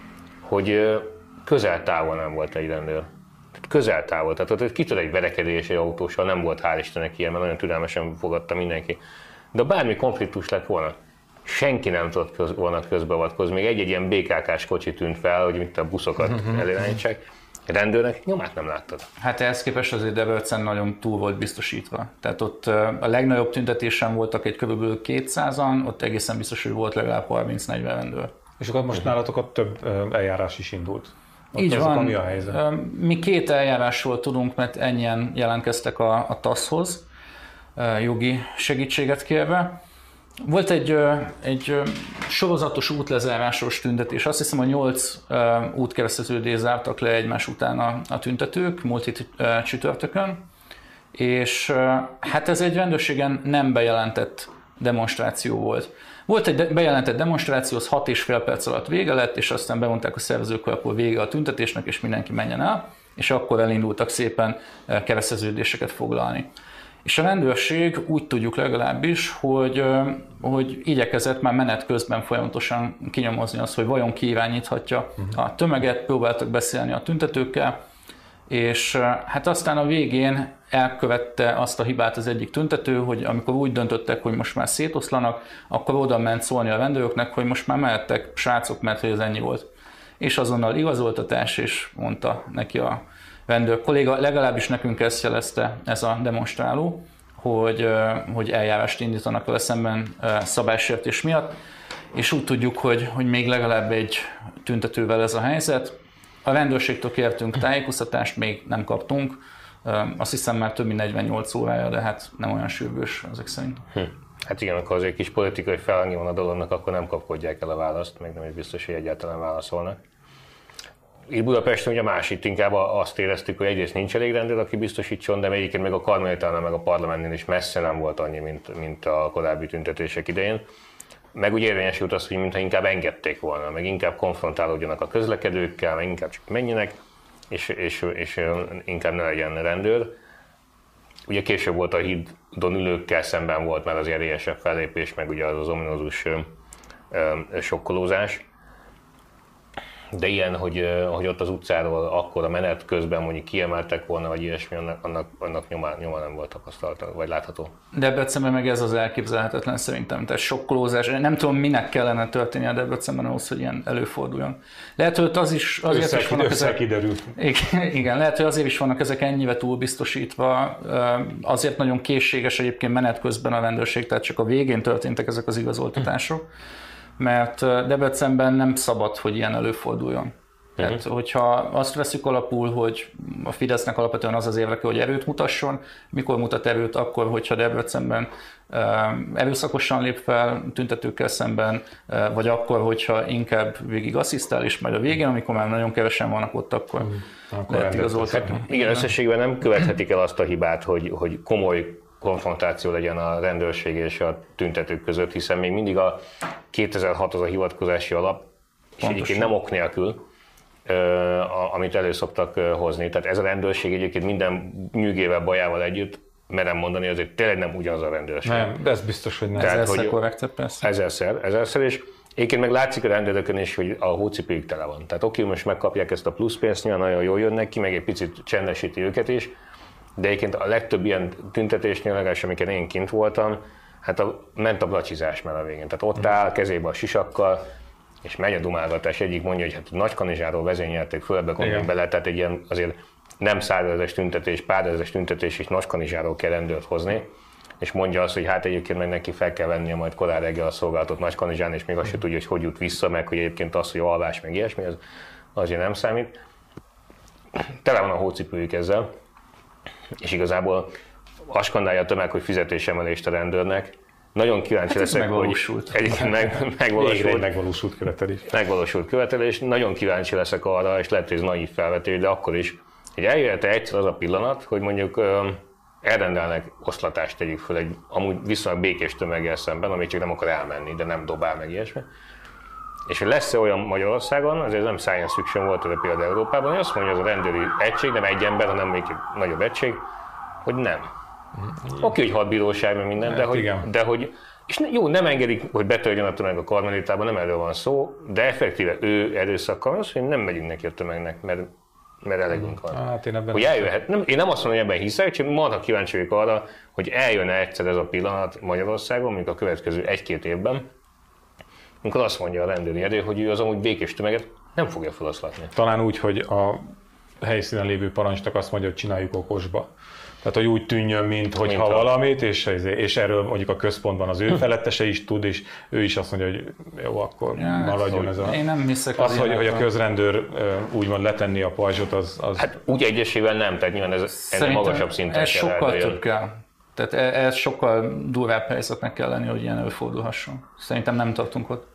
hogy közel-távol nem volt egy rendőr. Tehát közel-távol, tehát ott kitör egy verekedés egy autóssal, nem volt hál' Istennek ilyen, mert nagyon türelmesen fogadta mindenki. De bármi konfliktus lett volna, senki nem tudott köz, volna közbeavatkozni, még egy-egy ilyen bé ká ká-s kocsi tűnt fel, hogy mint a buszokat elirányítsák. A rendőrnek nyomát nem láttad. Hát ehhez képest azért Debrecen nagyon túl volt biztosítva. Tehát ott a legnagyobb tüntetésen voltak egy kb. kétszázan, ott egészen biztos, hogy volt legalább harminc-negyven rendőr. És akkor most nálatok a több eljárás is indult. Ott Így azok, van. Mi a helyzet? Mi két eljárásról tudunk, mert ennyien jelentkeztek a, a TASZ-hoz jogi segítséget kérve. Volt egy, egy sorozatos útlezárásos tüntetés. Azt hiszem, hogy nyolc útkereszteződést zártak le egymás után a, a tüntetők múlt hét csütörtökön. És hát ez egy rendőrségen nem bejelentett demonstráció volt. Volt egy bejelentett demonstráció, az hat és fél perc alatt vége lett, és aztán bemondták a szervezők, hogy akkor vége a tüntetésnek, és mindenki menjen el, és akkor elindultak szépen kereszteződéseket foglalni. És a rendőrség úgy tudjuk legalábbis, hogy, hogy igyekezett már menet közben folyamatosan kinyomozni azt, hogy vajon ki irányíthatja a tömeget, próbáltak beszélni a tüntetőkkel, és hát aztán a végén elkövette azt a hibát az egyik tüntető, hogy amikor úgy döntöttek, hogy most már szétoszlanak, akkor oda ment szólni a rendőröknek, hogy most már mehettek, srácok, mert hogy ez ennyi volt. És azonnal igazoltatás, és mondta neki a rendőr kolléga, legalábbis nekünk ezt jelezte ez a demonstráló, hogy, hogy eljárást indítanak vele szemben szabálysértés miatt, és úgy tudjuk, hogy, hogy még legalább egy tüntetővel ez a helyzet. A rendőrségtől kértünk tájékoztatást, még nem kaptunk, azt hiszem már több mint negyvennyolc órája, de hát nem olyan sürgős ezek szerint. Hm. Hát igen, akkor az egy kis politikai felhangja van a dolognak, akkor nem kapkodják el a választ, meg nem is biztos, hogy egyáltalán válaszolnak. Itt Budapesten ugye más, itt inkább azt éreztük, hogy egyrészt nincs elég rendőr, aki biztosítson, de egyébként meg a Karmelitánál, meg a parlamentnél is messze nem volt annyi, mint, mint a korábbi tüntetések idején. Meg úgy érvényesült az, hogy mintha inkább engedték volna, meg inkább konfrontálódjanak a közlekedőkkel, meg inkább csak menjenek, és, és, és inkább ne legyen rendőr. Ugye később volt a hídon ülőkkel szemben volt már az erélyesebb fellépés, meg ugye az az ominózus sokkolózás. De ilyen, hogy, hogy ott az utcáról akkor a menet közben mondjuk kiemeltek volna, vagy ilyesmi, annak, annak, annak nyoma, nyoma nem volt tapasztalata, vagy látható. Debrecenben meg ez az elképzelhetetlen szerintem, tehát sokkolózás. Nem tudom, minek kellene történni a Debrecenben ahhoz, hogy ilyen előforduljon. Lehet, hogy az is, azért Össze, is vannak ezek, kiderült. igen, lehet, hogy azért is vannak ezek ennyire túlbiztosítva, azért nagyon készséges egyébként menet közben a rendőrség, tehát csak a végén történtek ezek az igazoltatások. Mert Debrecenben nem szabad, hogy ilyen előforduljon. Tehát, uh-huh. hogyha azt veszük alapul, hogy a Fidesznek alapvetően az az érdeke, hogy erőt mutasson, mikor mutat erőt, akkor, hogyha Debrecenben erőszakosan lép fel tüntetőkkel szemben, vagy akkor, hogyha inkább végig asszisztál, és majd a végén, amikor már nagyon kevesen vannak ott, akkor, uh-huh. akkor lehet igazoltatni. Igen, összességében nem követhetik el azt a hibát, hogy, hogy komoly konfrontáció legyen a rendőrség és a tüntetők között, hiszen még mindig a kétezer-hat az a hivatkozási alap, és Pontosan. Egyébként nem ok nélkül, amit elő szoktak hozni. Tehát ez a rendőrség egyébként minden nyűgével, bajával együtt merem mondani, azért tényleg nem ugyanaz a rendőrség. Nem, de ez biztos, hogy nem. Tehát, Ezerszer hogy- korrektebb persze. Ezerszer, ezerszer, és egyébként meg látszik a rendőrökön is, hogy a hócipőjük tele van. Tehát oké, most megkapják ezt a pluszpénzt, nyilván nagyon jól jönnek ki, meg egy picit csendesíti őket is, de egyébként a legtöbb ilyen tüntetésnél, legalábbis amiken én kint voltam, hát a, ment a blacsizás már a végén. Tehát ott áll kezébe a sisakkal, és megy a dumálgatás. Egyik mondja, hogy hát Nagykanizsáról vezényelték föl, ebbe gondolj bele, tehát egy ilyen azért nem százezres tüntetés, párezres tüntetés, és Nagykanizsáról kell rendőrt hozni, és mondja azt, hogy hát egyébként meg neki fel kell vennie majd korán reggel a szolgálatot Nagykanizsán, és még azt se tudja, hogy hogy jut vissza, meg hogy egyébként az, hogy alvás, meg ilyesmi, az azért nem számít. Tele van a hócipőjük ezzel, és igazából askandálja a tömeg, hogy fizetésemelést a rendőrnek. Nagyon kíváncsi Hát ez leszek, megvalósult. hogy egyébként meg, Végre egy megvalósult, megvalósult követelés. megvalósult követelés. Nagyon kíváncsi leszek arra, és lehet, hogy ez naív felvetés, de akkor is, hogy eljöhet-e egyszer az a pillanat, hogy mondjuk ö, elrendelnek oszlatást, tegyük föl egy amúgy viszonylag békés tömeggel szemben, ami csak nem akar elmenni, de nem dobál meg ilyesmi. És hogy lesz-e olyan Magyarországon, azért nem science fiction volt ez a példa Európában, hogy azt mondja az a rendőri egység, nem egy ember, hanem még egy nagyobb egység, hogy nem. Oké, hogy hadbíróság, meg minden, de Hát hogy, igen. de hogy és ne, jó, nem engedik, hogy betörjön a tömeg a Karmelitában, nem erről van szó, de effektíve ő erőszakkal az, hogy nem megyünk neki a tömegnek, mert, mert elegünk van. Hát én ebben Hogy eljöhet, nem, én nem azt mondom, hogy ebben hiszek, csak marha kíváncsi vagyok arra, hogy eljön egyszer ez a pillanat Magyarországon, mondjuk a következő egy-két évben, amikor azt mondja a rendőri erő, hogy ő az amúgy békés tömeget nem fogja feloszlatni. Talán úgy, hogy a helyszínen lévő parancsnak azt mondja, hogy csináljuk okosba. Tehát, hogy úgy tűnjön, mint hogyha Mint a- valamit, és, és erről mondjuk a központban az ő felettese is tud, és ő is azt mondja, hogy jó, akkor Ja, maradjon ez a... Én nem hiszek Az, hogy, hogy a ilyenekben. közrendőr ö, úgymond letenni a pajzsot, az... az... Hát úgy egyesével nem, tehát nyilván ez ennél Szerintem magasabb szinten ez kell sokkal eljön. több kell. Tehát e- ez sokkal durvább helyzetnek kell lenni, hogy ilyen előfordulhasson. Szerintem nem tartunk ott.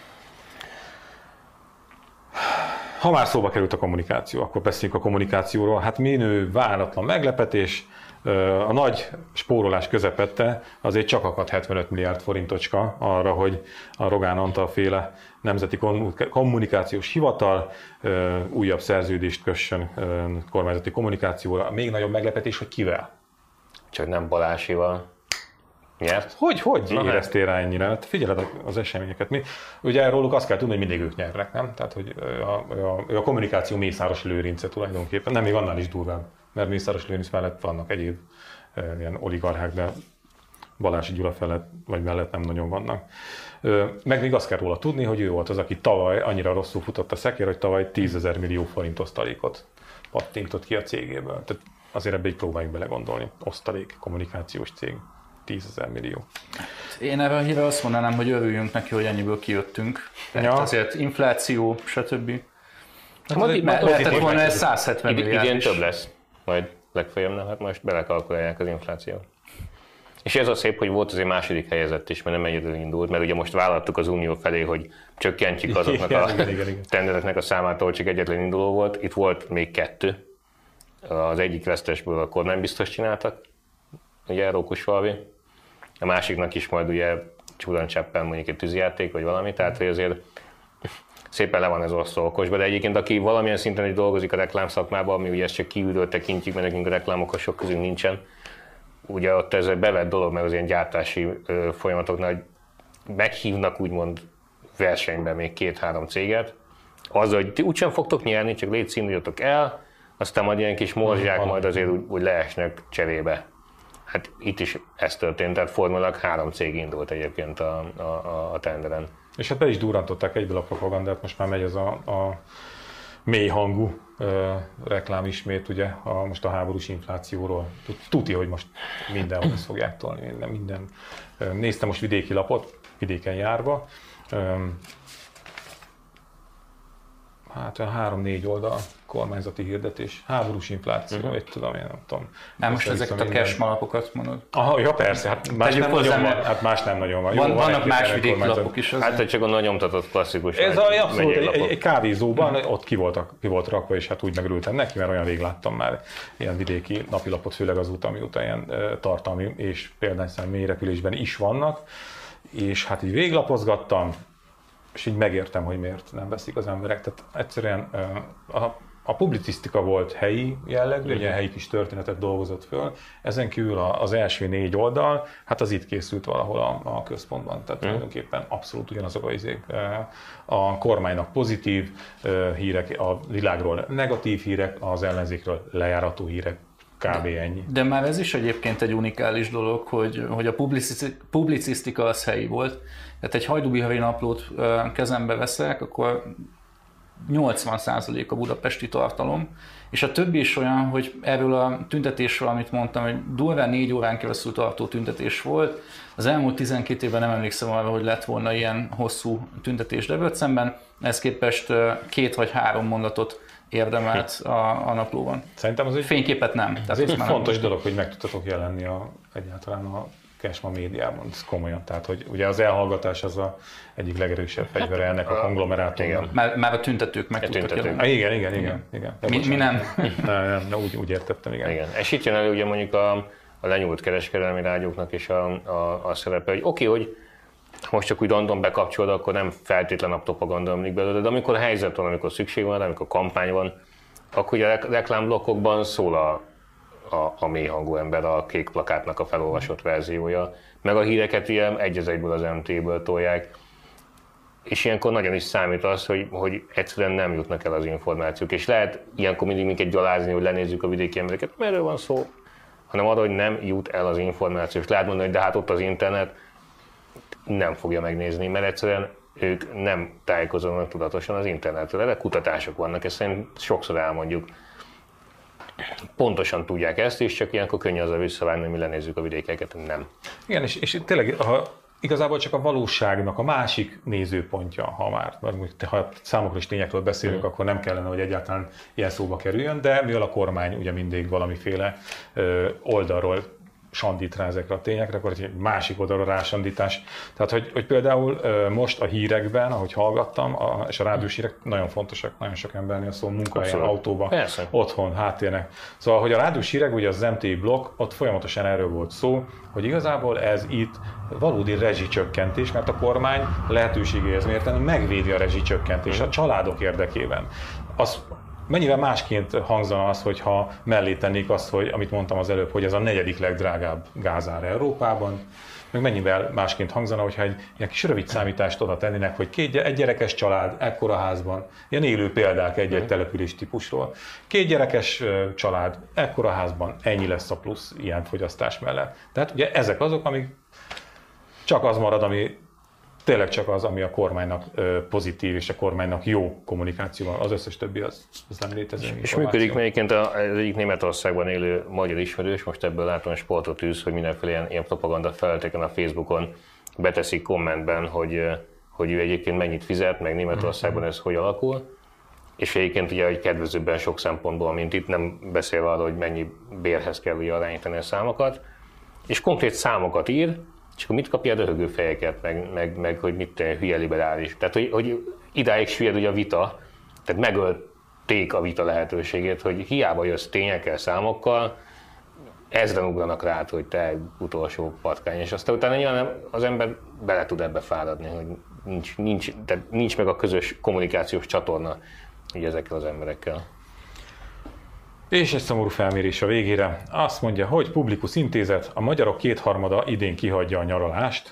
Ha már szóba került a kommunikáció, akkor beszéljünk a kommunikációról. Hát minő váratlan meglepetés, a nagy spórolás közepette azért csak akadt hetvenöt milliárd forintocska arra, hogy a Rogán Antal féle Nemzeti Kommunikációs Hivatal újabb szerződést kössön kormányzati kommunikációra. Még nagyobb meglepetés, hogy kivel? Csak nem Balásival nyert. Hogy, hogy Na, éreztél rá ennyire? Hát figyeled az eseményeket. Mi, ugye róluk azt kell tudni, hogy mindig ők nyernek, nem? Tehát, hogy a, a, a kommunikáció Mészáros Lőrince tulajdonképpen, nem, még annál is durvább, mert Mészáros Lőrinc mellett vannak egyéb e, ilyen oligarchák, de Balási Gyula felett, vagy mellett nem nagyon vannak. E, meg még azt kell róla tudni, hogy ő volt az, aki tavaly annyira rosszul futott a szekér, hogy tavaly tízezer millió forint osztalékot pattintott ki a cégéből. Tehát azért ebbe így próbáljunk belegondolni. Osztalék, kommunikációs cég. tízezer millió. Én erre a hírre azt mondanám, hogy örüljünk neki, hogy ennyiből kijöttünk. Tehát Ja. azért infláció, stb. Hát Majd, majd- me- majd- lehetett majd- volna ez száz hetven Id- milliárd idén is. több lesz, majd legfeljebb nem, hát most belekalkulálják az inflációt. És ez a szép, hogy volt azért második helyezett is, mert nem egyedül indult, mert ugye most vállaltuk az Unió felé, hogy csökkentjük azoknak a Igen, igen, igen. tendereknek a számát, ahol csak egyetlen induló volt. Itt volt még kettő. Az egyik vesztesből a kormánybiztos csináltak, ugye Rókusfalvi. A másiknak is majd ugye csúdancseppen mondjuk egy tűzijáték, vagy valami, tehát hogy azért szépen le van ez osztva okosba, de egyébként aki valamilyen szinten is dolgozik a reklámszakmában, ami ugye ezt csak kívülről tekintjük, mert nekünk a reklámokhoz sok közünk nincsen, ugye ott ez egy bevett dolog, meg az ilyen gyártási ö, folyamatoknál, hogy meghívnak úgymond versenyben még két-három céget, azzal, hogy ti úgysem fogtok nyerni, csak légy színüljöttök el, aztán majd ilyen kis morzsák majd azért úgy, úgy leesnek cserébe. Hát itt is ez történt, tehát formálag három cég indult egyébként a, a, a, a tenderen. És hát be is durrantották egyből a propagandát, most már megy ez a, a mély hangú ö, reklám ismét, ugye, a, most a háborús inflációról. Tuti, hogy most mindenhol ezt fogják tolni, minden, minden. Néztem most vidéki lapot, vidéken járva, ö, hát olyan három-négy oldal kormányzati hirdetés, háborús infláció, uh-huh. egy tudom, én nem tudom. Nem, most Össze-vissza ezeket a minden. cash malapokat mondod. Aha, ja persze, hát más Tegyük nem hozzá, nagyon van, mert hát más nem nagyon van. Van, Jó, van vannak egy-két más ilyen vidéki kormányzat. lapok is. Az Hát csak a nagy nyomtatott klasszikus Ez nagy a, abszolút egy, megyélapok. egy, egy kávézóban, ott ki volt, ki volt rakva, és hát úgy megörültem neki, mert olyan rég láttam már ilyen vidéki napilapot, főleg azóta, miután ilyen uh, tartalmi és példányszám mélyrepülésben is vannak, és hát így végiglapozgattam, és így megértem, hogy miért nem veszik az emberek. Tehát egyszerűen uh, a, a publicisztika volt helyi jellegű, egy ilyen helyi kis történetet dolgozott föl, ezen kívül az első négy oldal, hát az itt készült valahol a, a központban, tehát mm. tulajdonképpen abszolút ugyanazok a izék. A kormánynak pozitív hírek, a világról negatív hírek, az ellenzékről lejárató hírek, kb. Ennyi. De már ez is egyébként egy unikális dolog, hogy, hogy a publicisztika az helyi volt. Tehát egy hajdúbihavi naplót kezembe veszek, akkor nyolcvan százalék a budapesti tartalom, és a többi is olyan, hogy erről a tüntetésről, amit mondtam, hogy durván négy órán keresztül tartó tüntetés volt. Az elmúlt tizenkét évben nem emlékszem arra, hogy lett volna ilyen hosszú tüntetés Debrecenben, ehhez képest két vagy három mondatot érdemelt a, a naplóban. Szerintem az egy fényképet nem. Tehát ez egy fontos nem dolog, hogy meg tudtatok jelenni a, egyáltalán a Kesma médiában, ez komolyan. Tehát, hogy ugye az elhallgatás az a egyik legerősebb fegyvere ennek a konglomerátumnak. Már, már a tüntetők meg a tudtak tüntetők. jelenni. Igen, igen, igen. igen. Mi, mi nem? nem, nem, nem úgy, úgy értettem, igen. igen. És itt jön elő ugye mondjuk a, a lenyúlt kereskedelmi rádióknak is a, a, a szerepe, hogy oké, okay, hogy most csak úgy random bekapcsolod, akkor nem feltétlen a propaganda ömlik belőle, de amikor a helyzet van, amikor szükség van, amikor kampány van, akkor ugye a reklámblokkokban szól a, a, a mély hangú ember, a kék plakátnak a felolvasott verziója, meg a híreket ilyen egy az egyből az em té-ből tolják, és ilyenkor nagyon is számít az, hogy, hogy egyszerűen nem jutnak el az információk, és lehet ilyenkor mindig minket gyalázni, hogy lenézzük a vidéki embereket, merről van szó, hanem arra, hogy nem jut el az információ, és lehet mondani, hogy de hát ott az internet, nem fogja megnézni, mert egyszerűen ők nem tájékozódnak tudatosan az internetről, de kutatások vannak, ezt szerint sokszor elmondjuk. Pontosan tudják ezt, és csak ilyenkor könnyű azzal visszavágni, hogy mi lenézzük a vidékeket, nem. Igen, és, és tényleg ha igazából csak a valóságnak a másik nézőpontja, ha már, ha számokról és tényekről beszélünk, mm. akkor nem kellene, hogy egyáltalán ilyen szóba kerüljön, de mivel a kormány ugye mindig valamiféle ö, oldalról sandít rá ezekre a tényekre, akkor egy másik oldalra rásandítás. Tehát, hogy, hogy például most a hírekben, ahogy hallgattam, a, és a rádiós hírek nagyon fontosak, nagyon sok embernél szól, munkahelyen, autóban, Persze. otthon, háttérnek. Szóval, hogy a rádiós hírek, ugye az em té blokk, ott folyamatosan erről volt szó, hogy igazából ez itt valódi rezsicsökkentés, mert a kormány lehetőségéhez mérten megvédi a rezsicsökkentést a családok érdekében. Az, mennyivel másként hangzana az, hogyha mellé tennék azt, hogy, amit mondtam az előbb, hogy ez a negyedik legdrágább gázár Európában, meg mennyivel másként hangzana, hogyha egy ilyen kis rövid számítást oda tennének, hogy két, egy gyerekes család, ekkora házban, ilyen élő példák egy-egy település típusról, két gyerekes család, ekkora házban, ennyi lesz a plusz ilyen fogyasztás mellett. Tehát ugye ezek azok, amik csak az marad, ami tényleg csak az, ami a kormánynak pozitív és a kormánynak jó kommunikációval, az összes többi az, az nem létező. És működik melyiként az egyik Németországban élő magyar ismerős, most ebből látom sportot űz, hogy mindenféle ilyen, ilyen propaganda felületeken a Facebookon beteszik kommentben, hogy, hogy ő egyébként mennyit fizet, meg Németországban ez hogy alakul. És egyébként ugye egy kedvezőbben sok szempontból, mint itt, nem beszélve arról, hogy mennyi bérhez kell ugye arányítani a számokat. És konkrét számokat ír, és akkor mit kapja a röhögő fejeket, meg, meg, meg hogy mit hülye liberális. Tehát, hogy, hogy idáig süllyed ugye a vita, tehát megölték a vita lehetőségét, hogy hiába jössz tényekkel, számokkal, ezren ugranak rá, hogy te utolsó patkány, és aztán utána nyilván az ember bele tud ebbe fáradni, hogy nincs, nincs, tehát nincs meg a közös kommunikációs csatorna ugye ezekkel az emberekkel. És egy szomorú felmérés a végére. Azt mondja, hogy Publikus Intézet, a magyarok kétharmada idén kihagyja a nyaralást.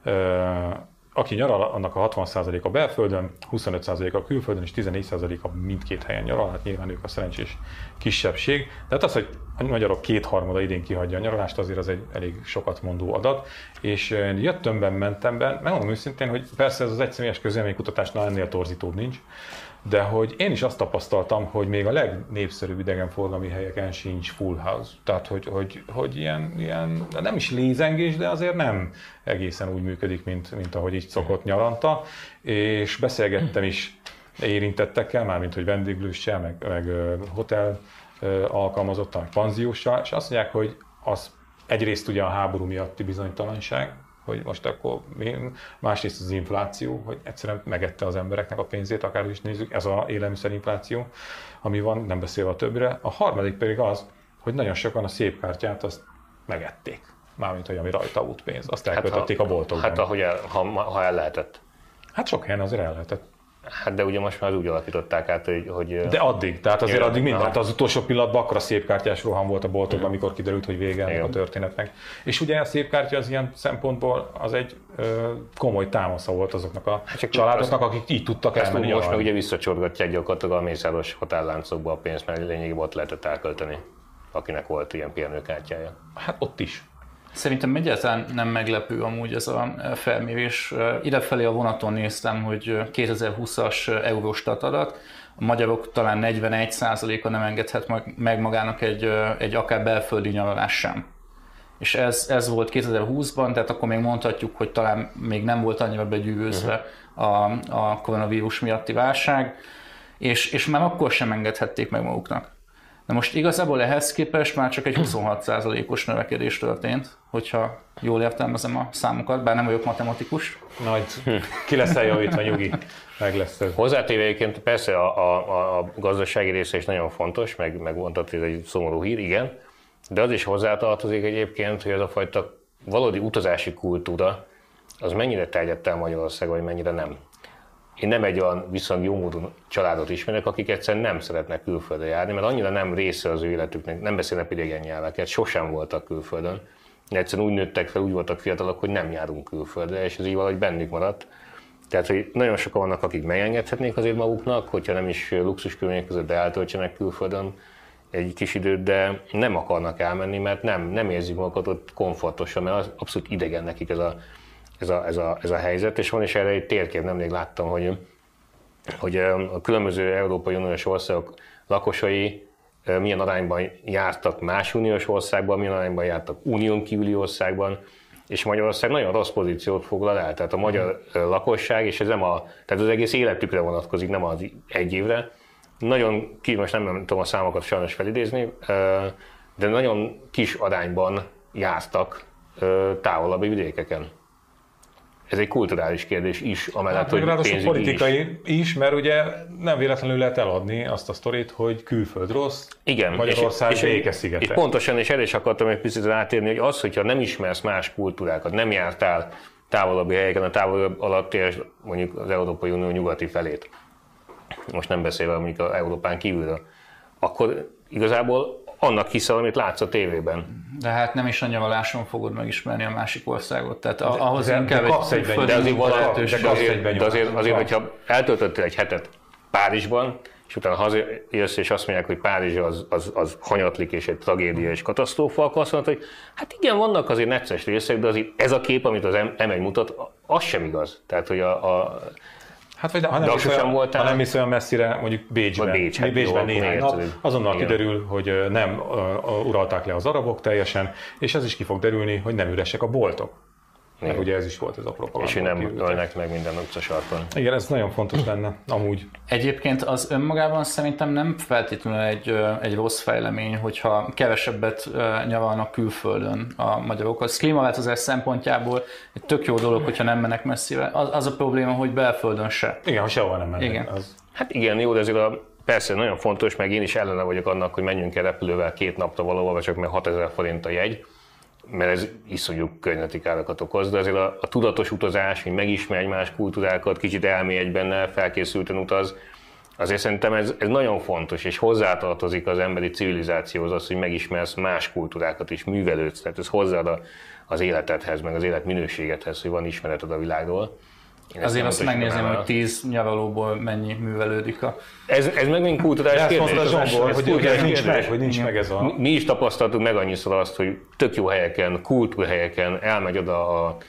Aki nyaral, annak a hatvan százalék a belföldön, huszonöt százalék a külföldön és tizennégy százalék a mindkét helyen nyaral, hát nyilván ők a szerencsés kisebbség. Tehát az, hogy a magyarok kétharmada idén kihagyja a nyaralást, azért az egy elég sokat mondó adat. És jöttömben, mentemben, megmondom őszintén, hogy persze ez az egyszemélyes közvéleménykutatásnál ennél torzítóbb nincs, de hogy én is azt tapasztaltam, hogy még a legnépszerűbb idegenforgalmi helyeken sincs full house. Tehát, hogy, hogy, hogy ilyen, ilyen, nem is lézengés, de azért nem egészen úgy működik, mint, mint ahogy így szokott nyaranta. És beszélgettem is érintettekkel, mármint hogy vendéglőssel, meg, meg hotel alkalmazottal, meg panzióssal, és azt mondják, hogy az egyrészt ugye a háború miatti bizonytalanság, hogy most akkor mi, másrészt az infláció, hogy egyszerűen megette az embereknek a pénzét, akár is nézzük, ez az élelmiszerinfláció, ami van, nem beszélve a többre. A harmadik pedig az, hogy nagyon sokan a szép kártyát azt megették, mármint, hogy ami rajta útpénz, azt elköltötték hát, a boltokban. Hát ahogy el, ha, ha el lehetett. Hát sok helyen azért el lehetett. Hát de ugye most már úgy alakították át, hogy... hogy de addig, tehát azért igen, addig minden. aha. Az utolsó pillanatban akkora szépkártyás roham volt a boltokban, amikor kiderült, hogy vége ennek a történetnek. És ugye a szépkártya az ilyen szempontból az egy ö, komoly támasza volt azoknak a Hát családoknak, akik így tudtak Ezt elmenni. most meg ugye visszacsorgatják gyakorlatilag a mészáros határláncokba a pénzt, mert lényegében ott lehetett elkölteni, akinek volt ilyen pihenőkártyája. Hát ott is. Szerintem egyáltalán nem meglepő amúgy ez a felmérés. Idefelé a vonaton néztem, hogy kétezer-húszas Eurostat adat, a magyarok talán negyvenegy százaléka nem engedhet meg magának egy, egy akár belföldi nyaralás sem. És ez, ez volt kétezer-húszban, tehát akkor még mondhatjuk, hogy talán még nem volt annyira begyűrűzve a, a koronavírus miatti válság, és, és már akkor sem engedhették meg maguknak. Na most igazából ehhez képest már csak egy huszonhat százalékos növekedés történt, hogyha jól értelmezem a számokat, bár nem vagyok matematikus. Nagy, ki lesz eljavítva, nyugi, meg lesz ez. Hozzátéve egyébként persze a, a, a gazdasági része is nagyon fontos, meg, meg mondtad, hogy ez egy szomorú hír, igen, de az is hozzátartozik egyébként, hogy ez a fajta valódi utazási kultúra, az mennyire terjedt el Magyarországon, vagy mennyire nem. Én nem egy olyan viszont jó módú családot ismerek, akik egyszerűen nem szeretnek külföldre járni, mert annyira nem része az ő életüknek, nem beszélnek idegen nyelveket, sosem voltak külföldön. Egyszerűen úgy nőttek fel, úgy voltak fiatalok, hogy nem járunk külföldre, és ez így valahogy bennük maradt. Tehát, hogy nagyon sokan vannak, akik megengedhetnék azért maguknak, hogyha nem is luxus körülmények között, de eltöltsenek külföldön egy kis időt, de nem akarnak elmenni, mert nem, nem érzik magukat ott komfortosan, mert az abszolút idegen nekik ez a Ez a, ez, a, ez a helyzet, és van is erre egy térkép, nemrég láttam, hogy, hogy a különböző Európai Uniós országok lakosai milyen arányban jártak más uniós országban, milyen arányban jártak unión kívüli országban, és Magyarország nagyon rossz pozíciót foglal el. Tehát a magyar lakosság, és ez nem a, tehát az egész életükre vonatkozik, nem az egy évre. Nagyon ki, most nem, nem tudom a számokat sajnos felidézni, de nagyon kis arányban jártak távolabbi vidékeken. Ez egy kulturális kérdés is, amellett, hát, hogy pénzügyi politikai is. is, mert ugye nem véletlenül lehet eladni azt a sztorit, hogy külföld rossz, igen, Magyarország és, békeszigete. És pontosan, és erre is akartam egy picit rátérni, hogy az, hogyha nem ismersz más kultúrákat, nem jártál távolabbi helyeken, a távolabb alatt ér mondjuk az Európai Unió nyugati felét, most nem beszélve mondjuk az Európán kívülről, akkor igazából annak hiszel, amit látsz a tévében. De hát nem is a nyavaláson fogod megismerni a másik országot. Tehát de, ahhoz de, inkább de egy külföldi de azért, lehetőség. de azért, de azért, azért hogyha eltöltöttél egy hetet Párizsban, és utána hazajössz, és azt mondják, hogy Párizs az, az, az hanyatlik, és egy tragédia és katasztrófa, akkor azt mondod, hogy hát igen, vannak azért necces részek, de azért ez a kép, amit az em egy mutat, az sem igaz. Tehát, hogy a, a Hát, vagy ha nem, is olyan, ha nem is olyan messzire, mondjuk Bécsben, Bécs, hát Bécsben jó, néhány nap, azonnal igen. kiderül, hogy nem uh, uralták le az arabok teljesen, és ez is ki fog derülni, hogy nem üresek a boltok. Mert ugye ez is volt ez a propaganda. És hogy nem ölnek meg minden utcasarkon. Igen, ez nagyon fontos lenne, amúgy. Egyébként az önmagában szerintem nem feltétlenül egy, egy rossz fejlemény, hogyha kevesebbet nyaralnak külföldön a magyarok. Az klímaváltozás szempontjából egy tök jó dolog, hogyha nem mennek messzire. Az, az a probléma, hogy belföldön se. Igen, ha sehova nem mennek. Igen. Az... Hát igen, jó, de azért a, persze nagyon fontos, meg én is ellene vagyok annak, hogy menjünk el repülővel két napra valahol, vagy csak meg hatezer forint a jegy, mert ez iszonyú környezeti károkat okoz, de azért a, a tudatos utazás, hogy megismerj más kultúrákat, kicsit elmély egy benne, felkészülten utaz, azért szerintem ez, ez nagyon fontos, és hozzátartozik az emberi civilizációhoz az, hogy megismersz más kultúrákat is, művelődsz, tehát ez hozzáad a, az életedhez, meg az életminőségedhez, hogy van ismereted a világról. Én azért azt megnézném, hogy tíz nyaralóból mennyi művelődik a... Ez, ez meg mind kulturális kérdés. Ez mondta Zsombor, hogy, hogy ez nincs meg, hogy nincs Igen. meg ez a... Mi is tapasztaltuk meg annyiszor azt, hogy tök jó helyeken, kultúrhelyeken elmegy oda a,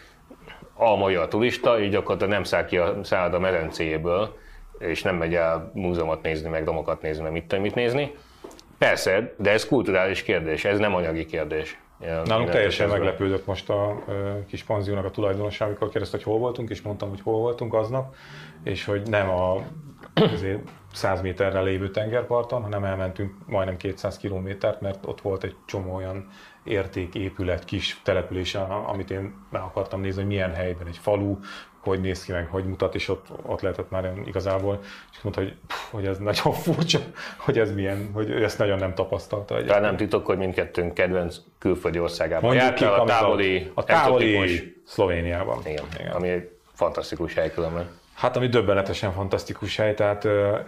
a magyar turista, így gyakorlatilag nem száll ki a szállod a medencéjéből, és nem megy el múzeumot nézni, meg domokat nézni, meg mit, mit nézni. Persze, de ez kulturális kérdés, ez nem anyagi kérdés. Nálunk teljesen meglepődött most a kis panziónak a tulajdonosa, amikor kérdezte, hogy hol voltunk, és mondtam, hogy hol voltunk aznap, és hogy nem a száz méterre lévő tengerparton, hanem elmentünk majdnem kétszáz kilométert, mert ott volt egy csomó olyan értéképület, kis település, amit én meg akartam nézni, hogy milyen helyben, egy falu, hogy néz ki meg, hogy mutat, és ott, ott lehetett már igazából, és mondta, hogy, pff, hogy ez nagyon furcsa, hogy ez milyen, hogy ő ezt nagyon nem tapasztalta. Tehát nem titok, hogy mindkettőnk kedvenc külföldi országában Mondjuk jártál, ki, a távoli, a távoli Szlovéniában. Igen, Igen. ami egy fantasztikus hely különben. Hát ami döbbenetesen fantasztikus hely, tehát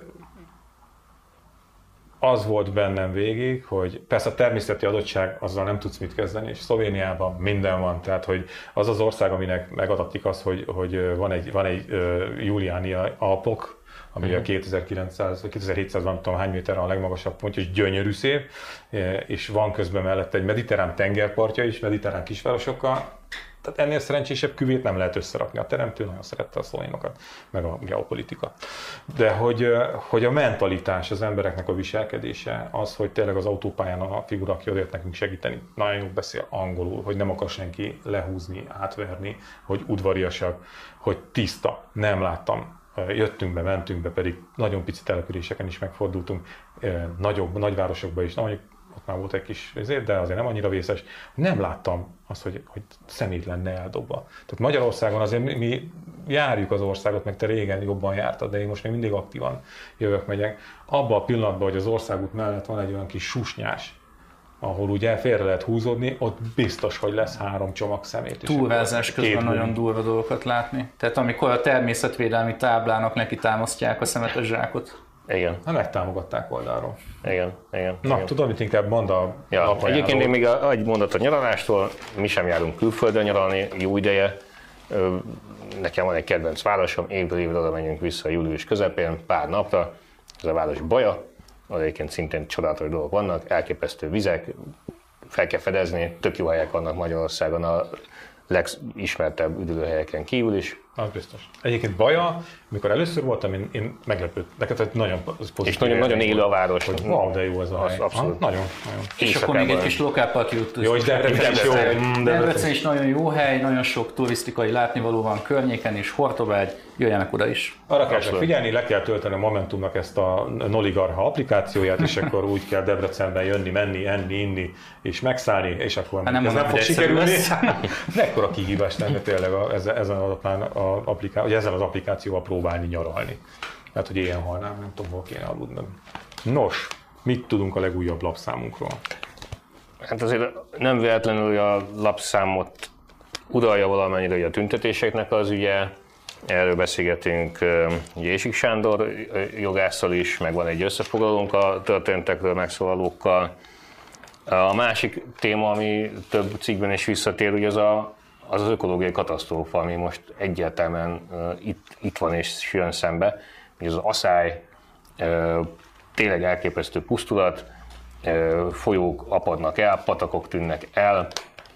az volt bennem végig, hogy persze a természeti adottság, azzal nem tudsz mit kezdeni, és Szlovéniában minden van, tehát hogy az az ország, aminek megadatik az, hogy, hogy van egy, van egy uh, Juliáni Alpok, ami uh-huh. a kétezer-kilencszáz vagy kétezer-hétszáz, nem tudom hány méterre a legmagasabb pontja, és gyönyörű szép, és van közben mellette egy mediterrán tengerpartja is, mediterrán kisvárosokkal. Tehát ennél szerencsésebb küvét nem lehet összerakni. A teremtő nagyon szerette a szlovénokat, meg a geopolitika. De hogy, hogy a mentalitás, az embereknek a viselkedése, az, hogy tényleg az autópályán a figura, aki odajött nekünk segíteni, nagyon jól beszél angolul, hogy nem akar senki lehúzni, átverni, hogy udvariasak, hogy tiszta. Nem láttam. Jöttünk be, mentünk be, pedig nagyon pici településeken is megfordultunk, nagyobb, nagyvárosokban is, na, mondjuk ott már volt egy kis ezért, de azért nem annyira vészes. Nem láttam azt, hogy, hogy szemét lenne eldobva. Tehát Magyarországon azért mi, mi járjuk az országot, meg te régen jobban jártad, de én most még mindig aktívan jövök, megyek. Abban a pillanatban, hogy az országút mellett van egy olyan kis susnyás, ahol ugye félre lehet húzódni, ott biztos, hogy lesz három csomag szemét. Túlvázás közben nagyon durva dolgokat látni. Tehát amikor a természetvédelmi táblának neki támasztják a szemetes zsákot. Igen. Ha megtámogatták oldalról. Igen, igen. Na, igen. tudom, mit inkább mond a ja, egyébként én még a, egy mondat a nyaralástól, mi sem járunk külföldön nyaralni, jó ideje. Nekem van egy kedvenc városom, évről évre oda megyünk vissza július közepén, pár napra. Ez a város Baja, ahol egyébként szintén csodálatos dolgok vannak, elképesztő vizek, fel kell fedezni, tök jó helyek vannak Magyarországon, a legismertebb üdülőhelyeken kívül is. Az biztos. Egyébként Baja, amikor először voltam, én, én meglepődtem. Neked nagyon pozitív. És nagyon, nagyon élő a város. Hogy wow, de jó ez a hely. Abszolút. Ha, nagyon, nagyon. És Éjszakában. Akkor még egy kis lokálparkjút. Jó, és Debrecen is jó. Debrecen is nagyon jó hely, nagyon sok turisztikai látnivaló van környéken, és Hortobágy, jöjjenek oda is. Arra kell figyelni, le kell tölteni a Momentumnak ezt a Noligarha applikációját, és akkor úgy kell Debrecenben jönni, menni, enni, inni, és megszállni, és akkor hát nem, ez nem fog sikerülni. Mekkora kihívás lenne tényleg ezen az applikáció, ezzel az applikációval próbálni nyaralni. Hát, hogy ilyen halnám, nem tudom, hol kéne aludnom. Nos, mit tudunk a legújabb lapszámunkról? Hát azért nem véletlenül, hogy a lapszámot uralja valamennyire a tüntetéseknek az ügye. Erről beszélgetünk Jésik Sándor jogásszal is, meg van egy összefoglalónk a történtekről megszólalókkal. A másik téma, ami több cikkben is visszatér, ugye az a, az, az ökológiai katasztrófa, ami most egyértelműen itt, itt van és jön szembe. Ugye az aszály, tényleg elképesztő pusztulat, folyók apadnak el, patakok tűnnek el.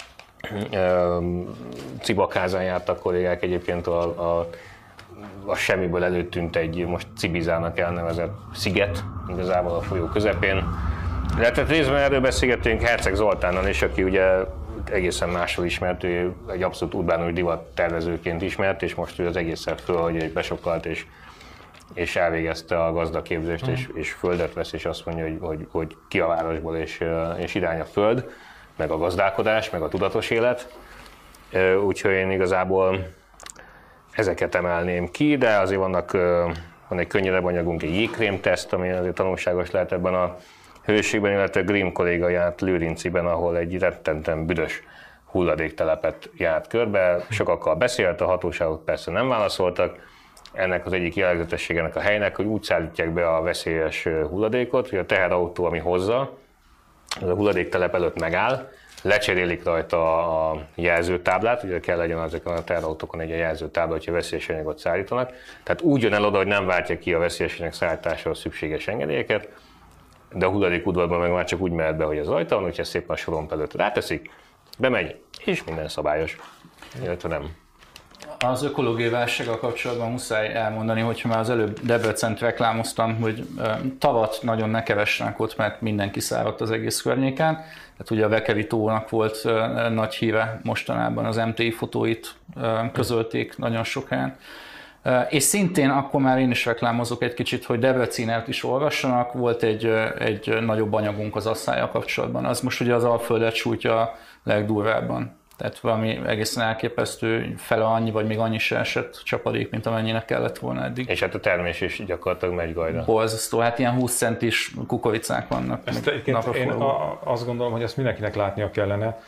Cibakházán jártak kollégák egyébként a, a, a semmiből előttűnt egy most Cibizának elnevezett sziget, igazából a folyó közepén. Tehát részben erről beszélgettünk Herceg Zoltánnal is, aki ugye egészen máshol ismert, ő egy abszolút urbánus divat tervezőként ismert, és most ő az egészen föl, hogy besokkalt és, és elvégezte a gazdaképzést, mm. és, és földet vesz, és azt mondja, hogy, hogy, hogy ki a városból, és, és irány a föld, meg a gazdálkodás, meg a tudatos élet. Úgyhogy én igazából ezeket emelném ki, de azért vannak, van egy könnyedebb anyagunk, egy jégkrém-teszt, ami azért tanulságos lehet ebben a hőségben, illetve Grimm kolléga járt Lőrinciben, ahol egy rettenten büdös hulladéktelepet járt körbe. Sokakkal beszélt, a hatóságok persze nem válaszoltak. Ennek az egyik jellegzetességenek a helynek, hogy úgy szállítják be a veszélyes hulladékot, hogy a teherautó, ami hozza, az a hulladéktelep előtt megáll, lecserélik rajta a jelzőtáblát, ugye kell legyen azokon a teherautókon egy jelzőtábla, hogyha veszélyes anyagot szállítanak. Tehát úgy jön el oda, hogy nem váltja ki a veszélyes anyag szállításához szükséges engedélyeket, de a hulladékudvarban meg már csak úgy mehet be, hogy az rajta van, úgyhogy szépen a soromp előtt ráteszik, bemegy, és minden szabályos, illetve nem. Az ökológiai válsággal kapcsolatban muszáj elmondani, hogyha már az előbb Debrecent reklámoztam, hogy tavat nagyon ne kevessenek ott, mert mindenki száradt az egész környéken. Tehát ugye a Vekevi tónak volt nagy híve mostanában, az em té i fotóit közölték nagyon sok helyen. És szintén akkor már én is reklámozok egy kicsit, hogy Debrecenert is olvassanak, volt egy, egy nagyobb anyagunk az asszállyal kapcsolatban. Az most ugye az Alföldet sújtja legdurvábban. Tehát valami egészen elképesztő, fele annyi, vagy még annyi se esett csapadék, mint amennyinek kellett volna eddig. És hát a termés is gyakorlatilag megy gajda. Borzasztó, hát ilyen húsz centis kukoricák vannak. Ezt egyébként én a, azt gondolom, hogy ezt mindenkinek látnia kellene.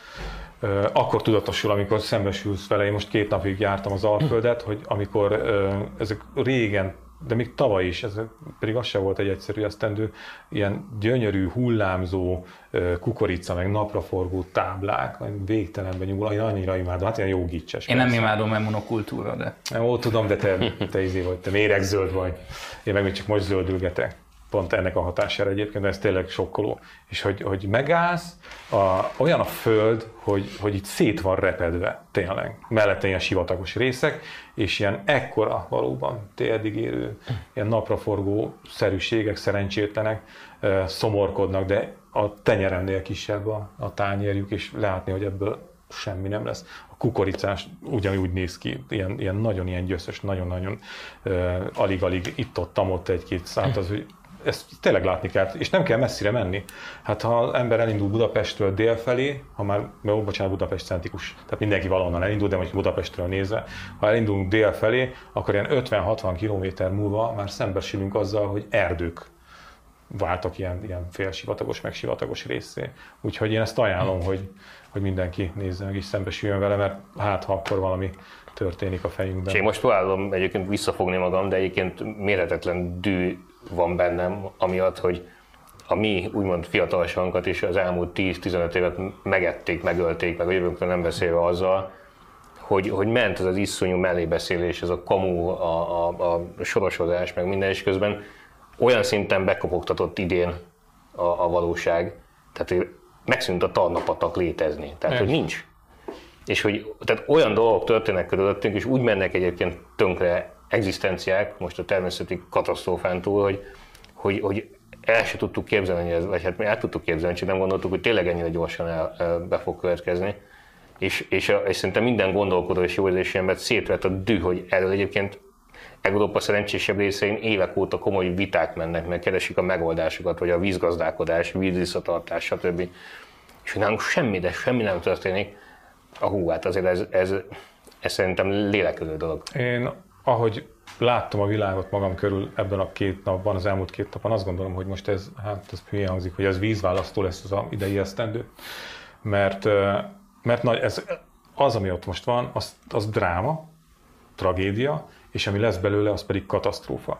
Akkor tudatosul, amikor szembesülsz vele. Én most két napig jártam az Alföldet, hogy amikor ezek régen, de még tavaly is, ez pedig az se volt egy egyszerű esztendő, ilyen gyönyörű, hullámzó kukorica, meg napraforgó táblák, végtelenben nyúl, én annyira imádom, hát ilyen jó gicses. Én persze. Nem imádom, mert monokultúra, de... Ó, tudom, de te, te izé vagy, te méregzöld vagy. Én meg még csak most zöldülgetek. Pont ennek a hatására egyébként, de ez tényleg sokkoló. És hogy, hogy megállsz, a, olyan a föld, hogy, hogy itt szét van repedve, tényleg. Mellette ilyen sivatagos részek, és ilyen ekkora valóban térdig érő, ilyen napraforgó szerűségek, szerencsétlenek szomorkodnak, de a tenyeremnél kisebb a, a tányérjuk, és látni, hogy ebből semmi nem lesz. A kukoricás ugyanúgy néz ki, ilyen, ilyen nagyon ilyen gyöszös, nagyon-nagyon uh, alig-alig itt-ott, ott egy-két szállt, az, hogy ezt tényleg látni kell, és nem kell messzire menni. Hát ha az ember elindul Budapestről dél felé, ha már, ó, bocsánat, Budapest centrikus, tehát mindenki valahonnan elindul, de mondjuk Budapestről nézve, ha elindulunk dél felé, akkor ilyen ötven-hatvan kilométer múlva már szembesülünk azzal, hogy erdők váltak ilyen, ilyen félsivatagos, meg sivatagos részé. Úgyhogy én ezt ajánlom, hogy, hogy mindenki nézze meg és szembesüljön vele, mert hát ha akkor valami történik a fejünkben. És én most próbálom egyébként visszafogni magam, de egyébként mérhetetlen dű van bennem, amiatt, hogy a mi úgymond fiatalságunkat is az elmúlt tíz-tizenöt évet megették, megölték, meg a jövőnkről nem beszélve azzal, hogy, hogy ment ez az iszonyú mellébeszélés, ez a kamu, a, a, a sorosozás, meg minden, és közben olyan szinten bekopogtatott idén a, a valóság, tehát hogy megszűnt a Tarna-patak létezni, tehát hogy nincs. És hogy tehát olyan dolgok történnek körülöttünk, és úgy mennek egyébként tönkre egzisztenciák, most a természeti katasztrófán túl, hogy, hogy, hogy el se tudtuk képzelni, hogy ez, vagy hát mi el tudtuk képzelni, csak nem gondoltuk, hogy tényleg ennyire gyorsan el, el, be fog következni. És, és, és szerintem minden gondolkodó és jó érzésű embert szétvett a düh, hogy erről egyébként Európa szerencsésebb részein évek óta komoly viták mennek, mert keresik a megoldásokat, vagy a vízgazdálkodás, vízvisszatartás, stb. És hogy nálunk semmi, de semmi nem történik. A hú, hát azért ez, ez, ez szerintem léleköző dolog. Én, ahogy láttam a világot magam körül ebben a két napban, az elmúlt két napban, azt gondolom, hogy most ez, hát ez hülye hangzik, hogy ez vízválasztó lesz az idei esztendő, mert, mert nagy, ez, az, ami ott most van, az, az dráma, tragédia, és ami lesz belőle, az pedig katasztrófa.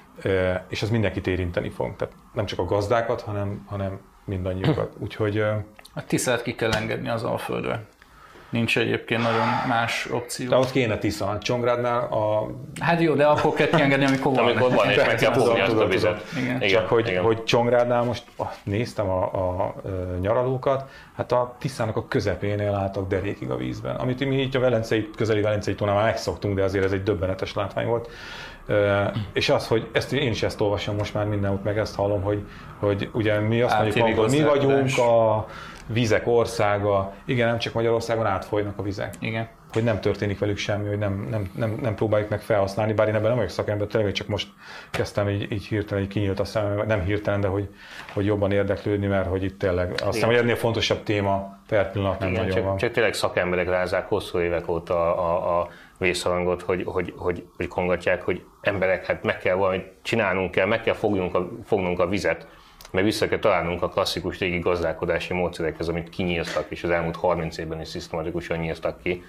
És az mindenkit érinteni fog. Tehát nem csak a gazdákat, hanem, hanem mindannyiukat. Úgyhogy... A Tiszát ki kell engedni az Alföldre. Nincs egyébként nagyon más opció. De ott kéne Tisza, hát Csongráddnál a... Hát jó, de akkor kell kiengedni, amikor van. Amikor van, és meg kell fogni azt a vizet. Igen. Csak hogy, hogy Csongrádnál most néztem a, a, a nyaralókat, hát a Tiszának a közepénél álltak derékig a vízben. Amit mi így a Velencei, közeli Velencei tónál már megszoktunk, de azért ez egy döbbenetes látvány volt. Uh, és az, hogy ezt, én is ezt olvasom most már mindenütt, meg ezt hallom, hogy, hogy ugye mi azt mondjuk, hogy mi vagyunk a vizek országa, igen, nem csak Magyarországon átfolynak a vizek. Igen. Hogy nem történik velük semmi, hogy nem, nem, nem, nem próbáljuk meg felhasználni, bár én ebben nem vagyok szakember, tényleg csak most kezdtem így, így hirtelen, így kinyílt a szemem, nem hirtelen, de hogy, hogy jobban érdeklődni, mert hogy itt tényleg azt hiszem, hogy ennél fontosabb téma per pillanat nem igen, nagyon csak, van. Csak tényleg szakemberek rázzák hosszú évek óta a, a, a vészharangot, hogy, hogy, hogy, hogy kongatják, hogy emberek, hát meg kell valamit csinálnunk kell, meg kell fognunk a, fognunk a vizet, mert vissza kell találnunk a klasszikus régi gazdálkodási módszerekhez, amit kinyíltak, és az elmúlt harminc évben is szisztematikusan nyíltak ki.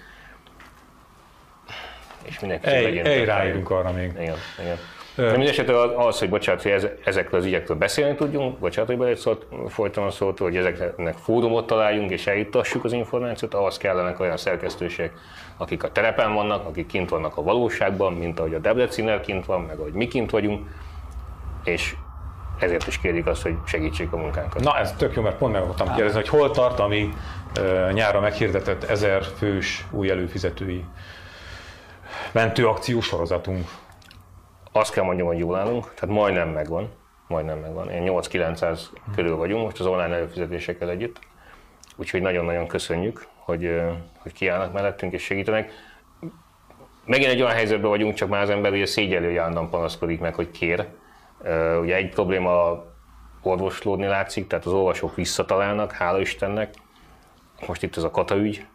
És mindenki egy ráírunk arra még. Igen, igen. De mindesetre az, hogy bocsánat, hogy ez, ezekről az ügyekről beszélni tudjunk, bocsánat, hogy belét szólt, folytam a szót, hogy ezeknek fórumot találjunk és eljuttassuk az információt, ahhoz kellenek olyan szerkesztőségek, akik a terepen vannak, akik kint vannak a valóságban, mint ahogy a Debreciner kint van, meg ahogy mi kint vagyunk, és ezért is kérjük azt, hogy segítsék a munkánkat. Na ez tök jó, mert pont meg akartam kérdezni, hogy hol tart a mi uh, nyárra meghirdetett ezer fős új előfizetői mentőakció sorozatunk. Azt kell mondjam, hogy jól állunk, tehát majdnem megvan, majdnem megvan. Ilyen nyolc-kilencszáz körül vagyunk most az online előfizetésekkel együtt. Úgyhogy nagyon-nagyon köszönjük, hogy, hogy kiállnak mellettünk és segítenek. Megint egy olyan helyzetben vagyunk, csak már az ember ugye szégyellő állandóan panaszkodik meg, hogy kér. Ugye egy probléma orvoslódni látszik, tehát az olvasók visszatalálnak, hála Istennek. Most itt ez a Kata ügy,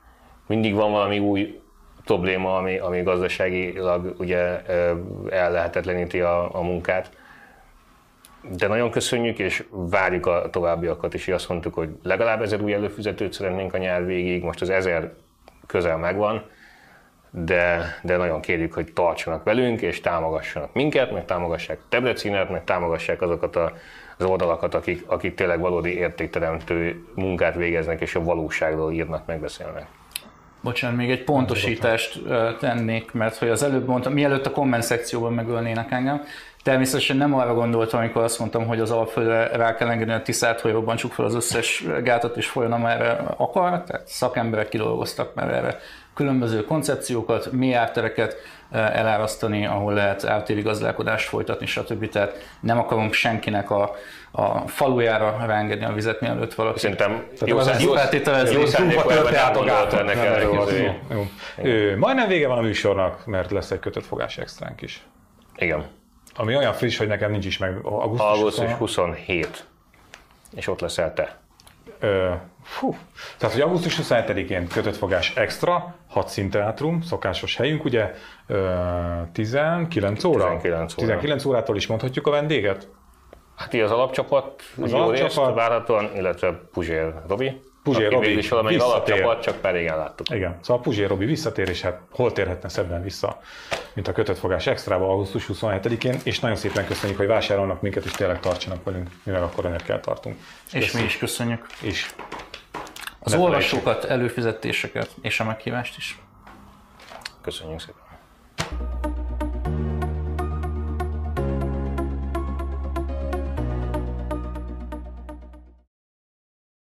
mindig van valami új probléma, ami, ami gazdaságilag ugye ellehetetleníti a, a munkát. De nagyon köszönjük, és várjuk a továbbiakat is. Azt mondtuk, hogy legalább ezer új előfizetőt szeretnénk a nyár végig, most az ezer közel megvan, de, de nagyon kérjük, hogy tartsanak velünk, és támogassanak minket, meg támogassák Debrecinet, meg támogassák azokat a, az oldalakat, akik, akik tényleg valódi értékteremtő munkát végeznek, és a valóságról írnak, megbeszélnek. Bocsánat, még egy pontosítást tennék, mert hogy az előbb mondtam, mielőtt a komment szekcióban megölnének engem, természetesen nem arra gondoltam, amikor azt mondtam, hogy az Alföldre rá kell engedni a Tiszát, hogy robbantsuk fel az összes gátat és folyjon, amerre akar, tehát szakemberek kidolgoztak már erre különböző koncepciókat, mély ártereket elárasztani, ahol lehet ártéri gazdálkodást folytatni, stb. Tehát nem akarunk senkinek a, a falujára ráengedni a vizet, mielőtt valaki. Szerintem jó szándékú ember nem gondolt ennek ellenkezőjét. Majdnem vége van a műsornak, mert lesz egy kötött fogás extránk is. Igen. Ami olyan friss, hogy nekem nincs is meg augusztus, augusztus huszonhét. És ott leszel te. Ö, fú. Tehát, hogy augusztus huszonhetedikén kötött fogás extra, hat színteátrum, szokásos helyünk, ugye ö, tizenkilenc óra? tizenkilenc óra. tizenkilenc órától is mondhatjuk a vendéget? Hát így az alapcsapat, az jó alapcsapat. Részt, várhatóan, illetve Puzsér Robi. Puzsér Robi is valamelyik visszatér. alapcsapat, csak már régen láttuk. Igen, szóval Puzsér Robi visszatér, és hát hol térhetne szebben vissza, mint a kötött fogás extrába augusztus huszonhetedikén, és nagyon szépen köszönjük, hogy vásárolnak minket, és tényleg tartsanak velünk, mi meg akkor önökkel tartunk. És Köszönjük. Mi is köszönjük. És az olvasókat, előfizetéseket és a meghívást is. Köszönjük szépen.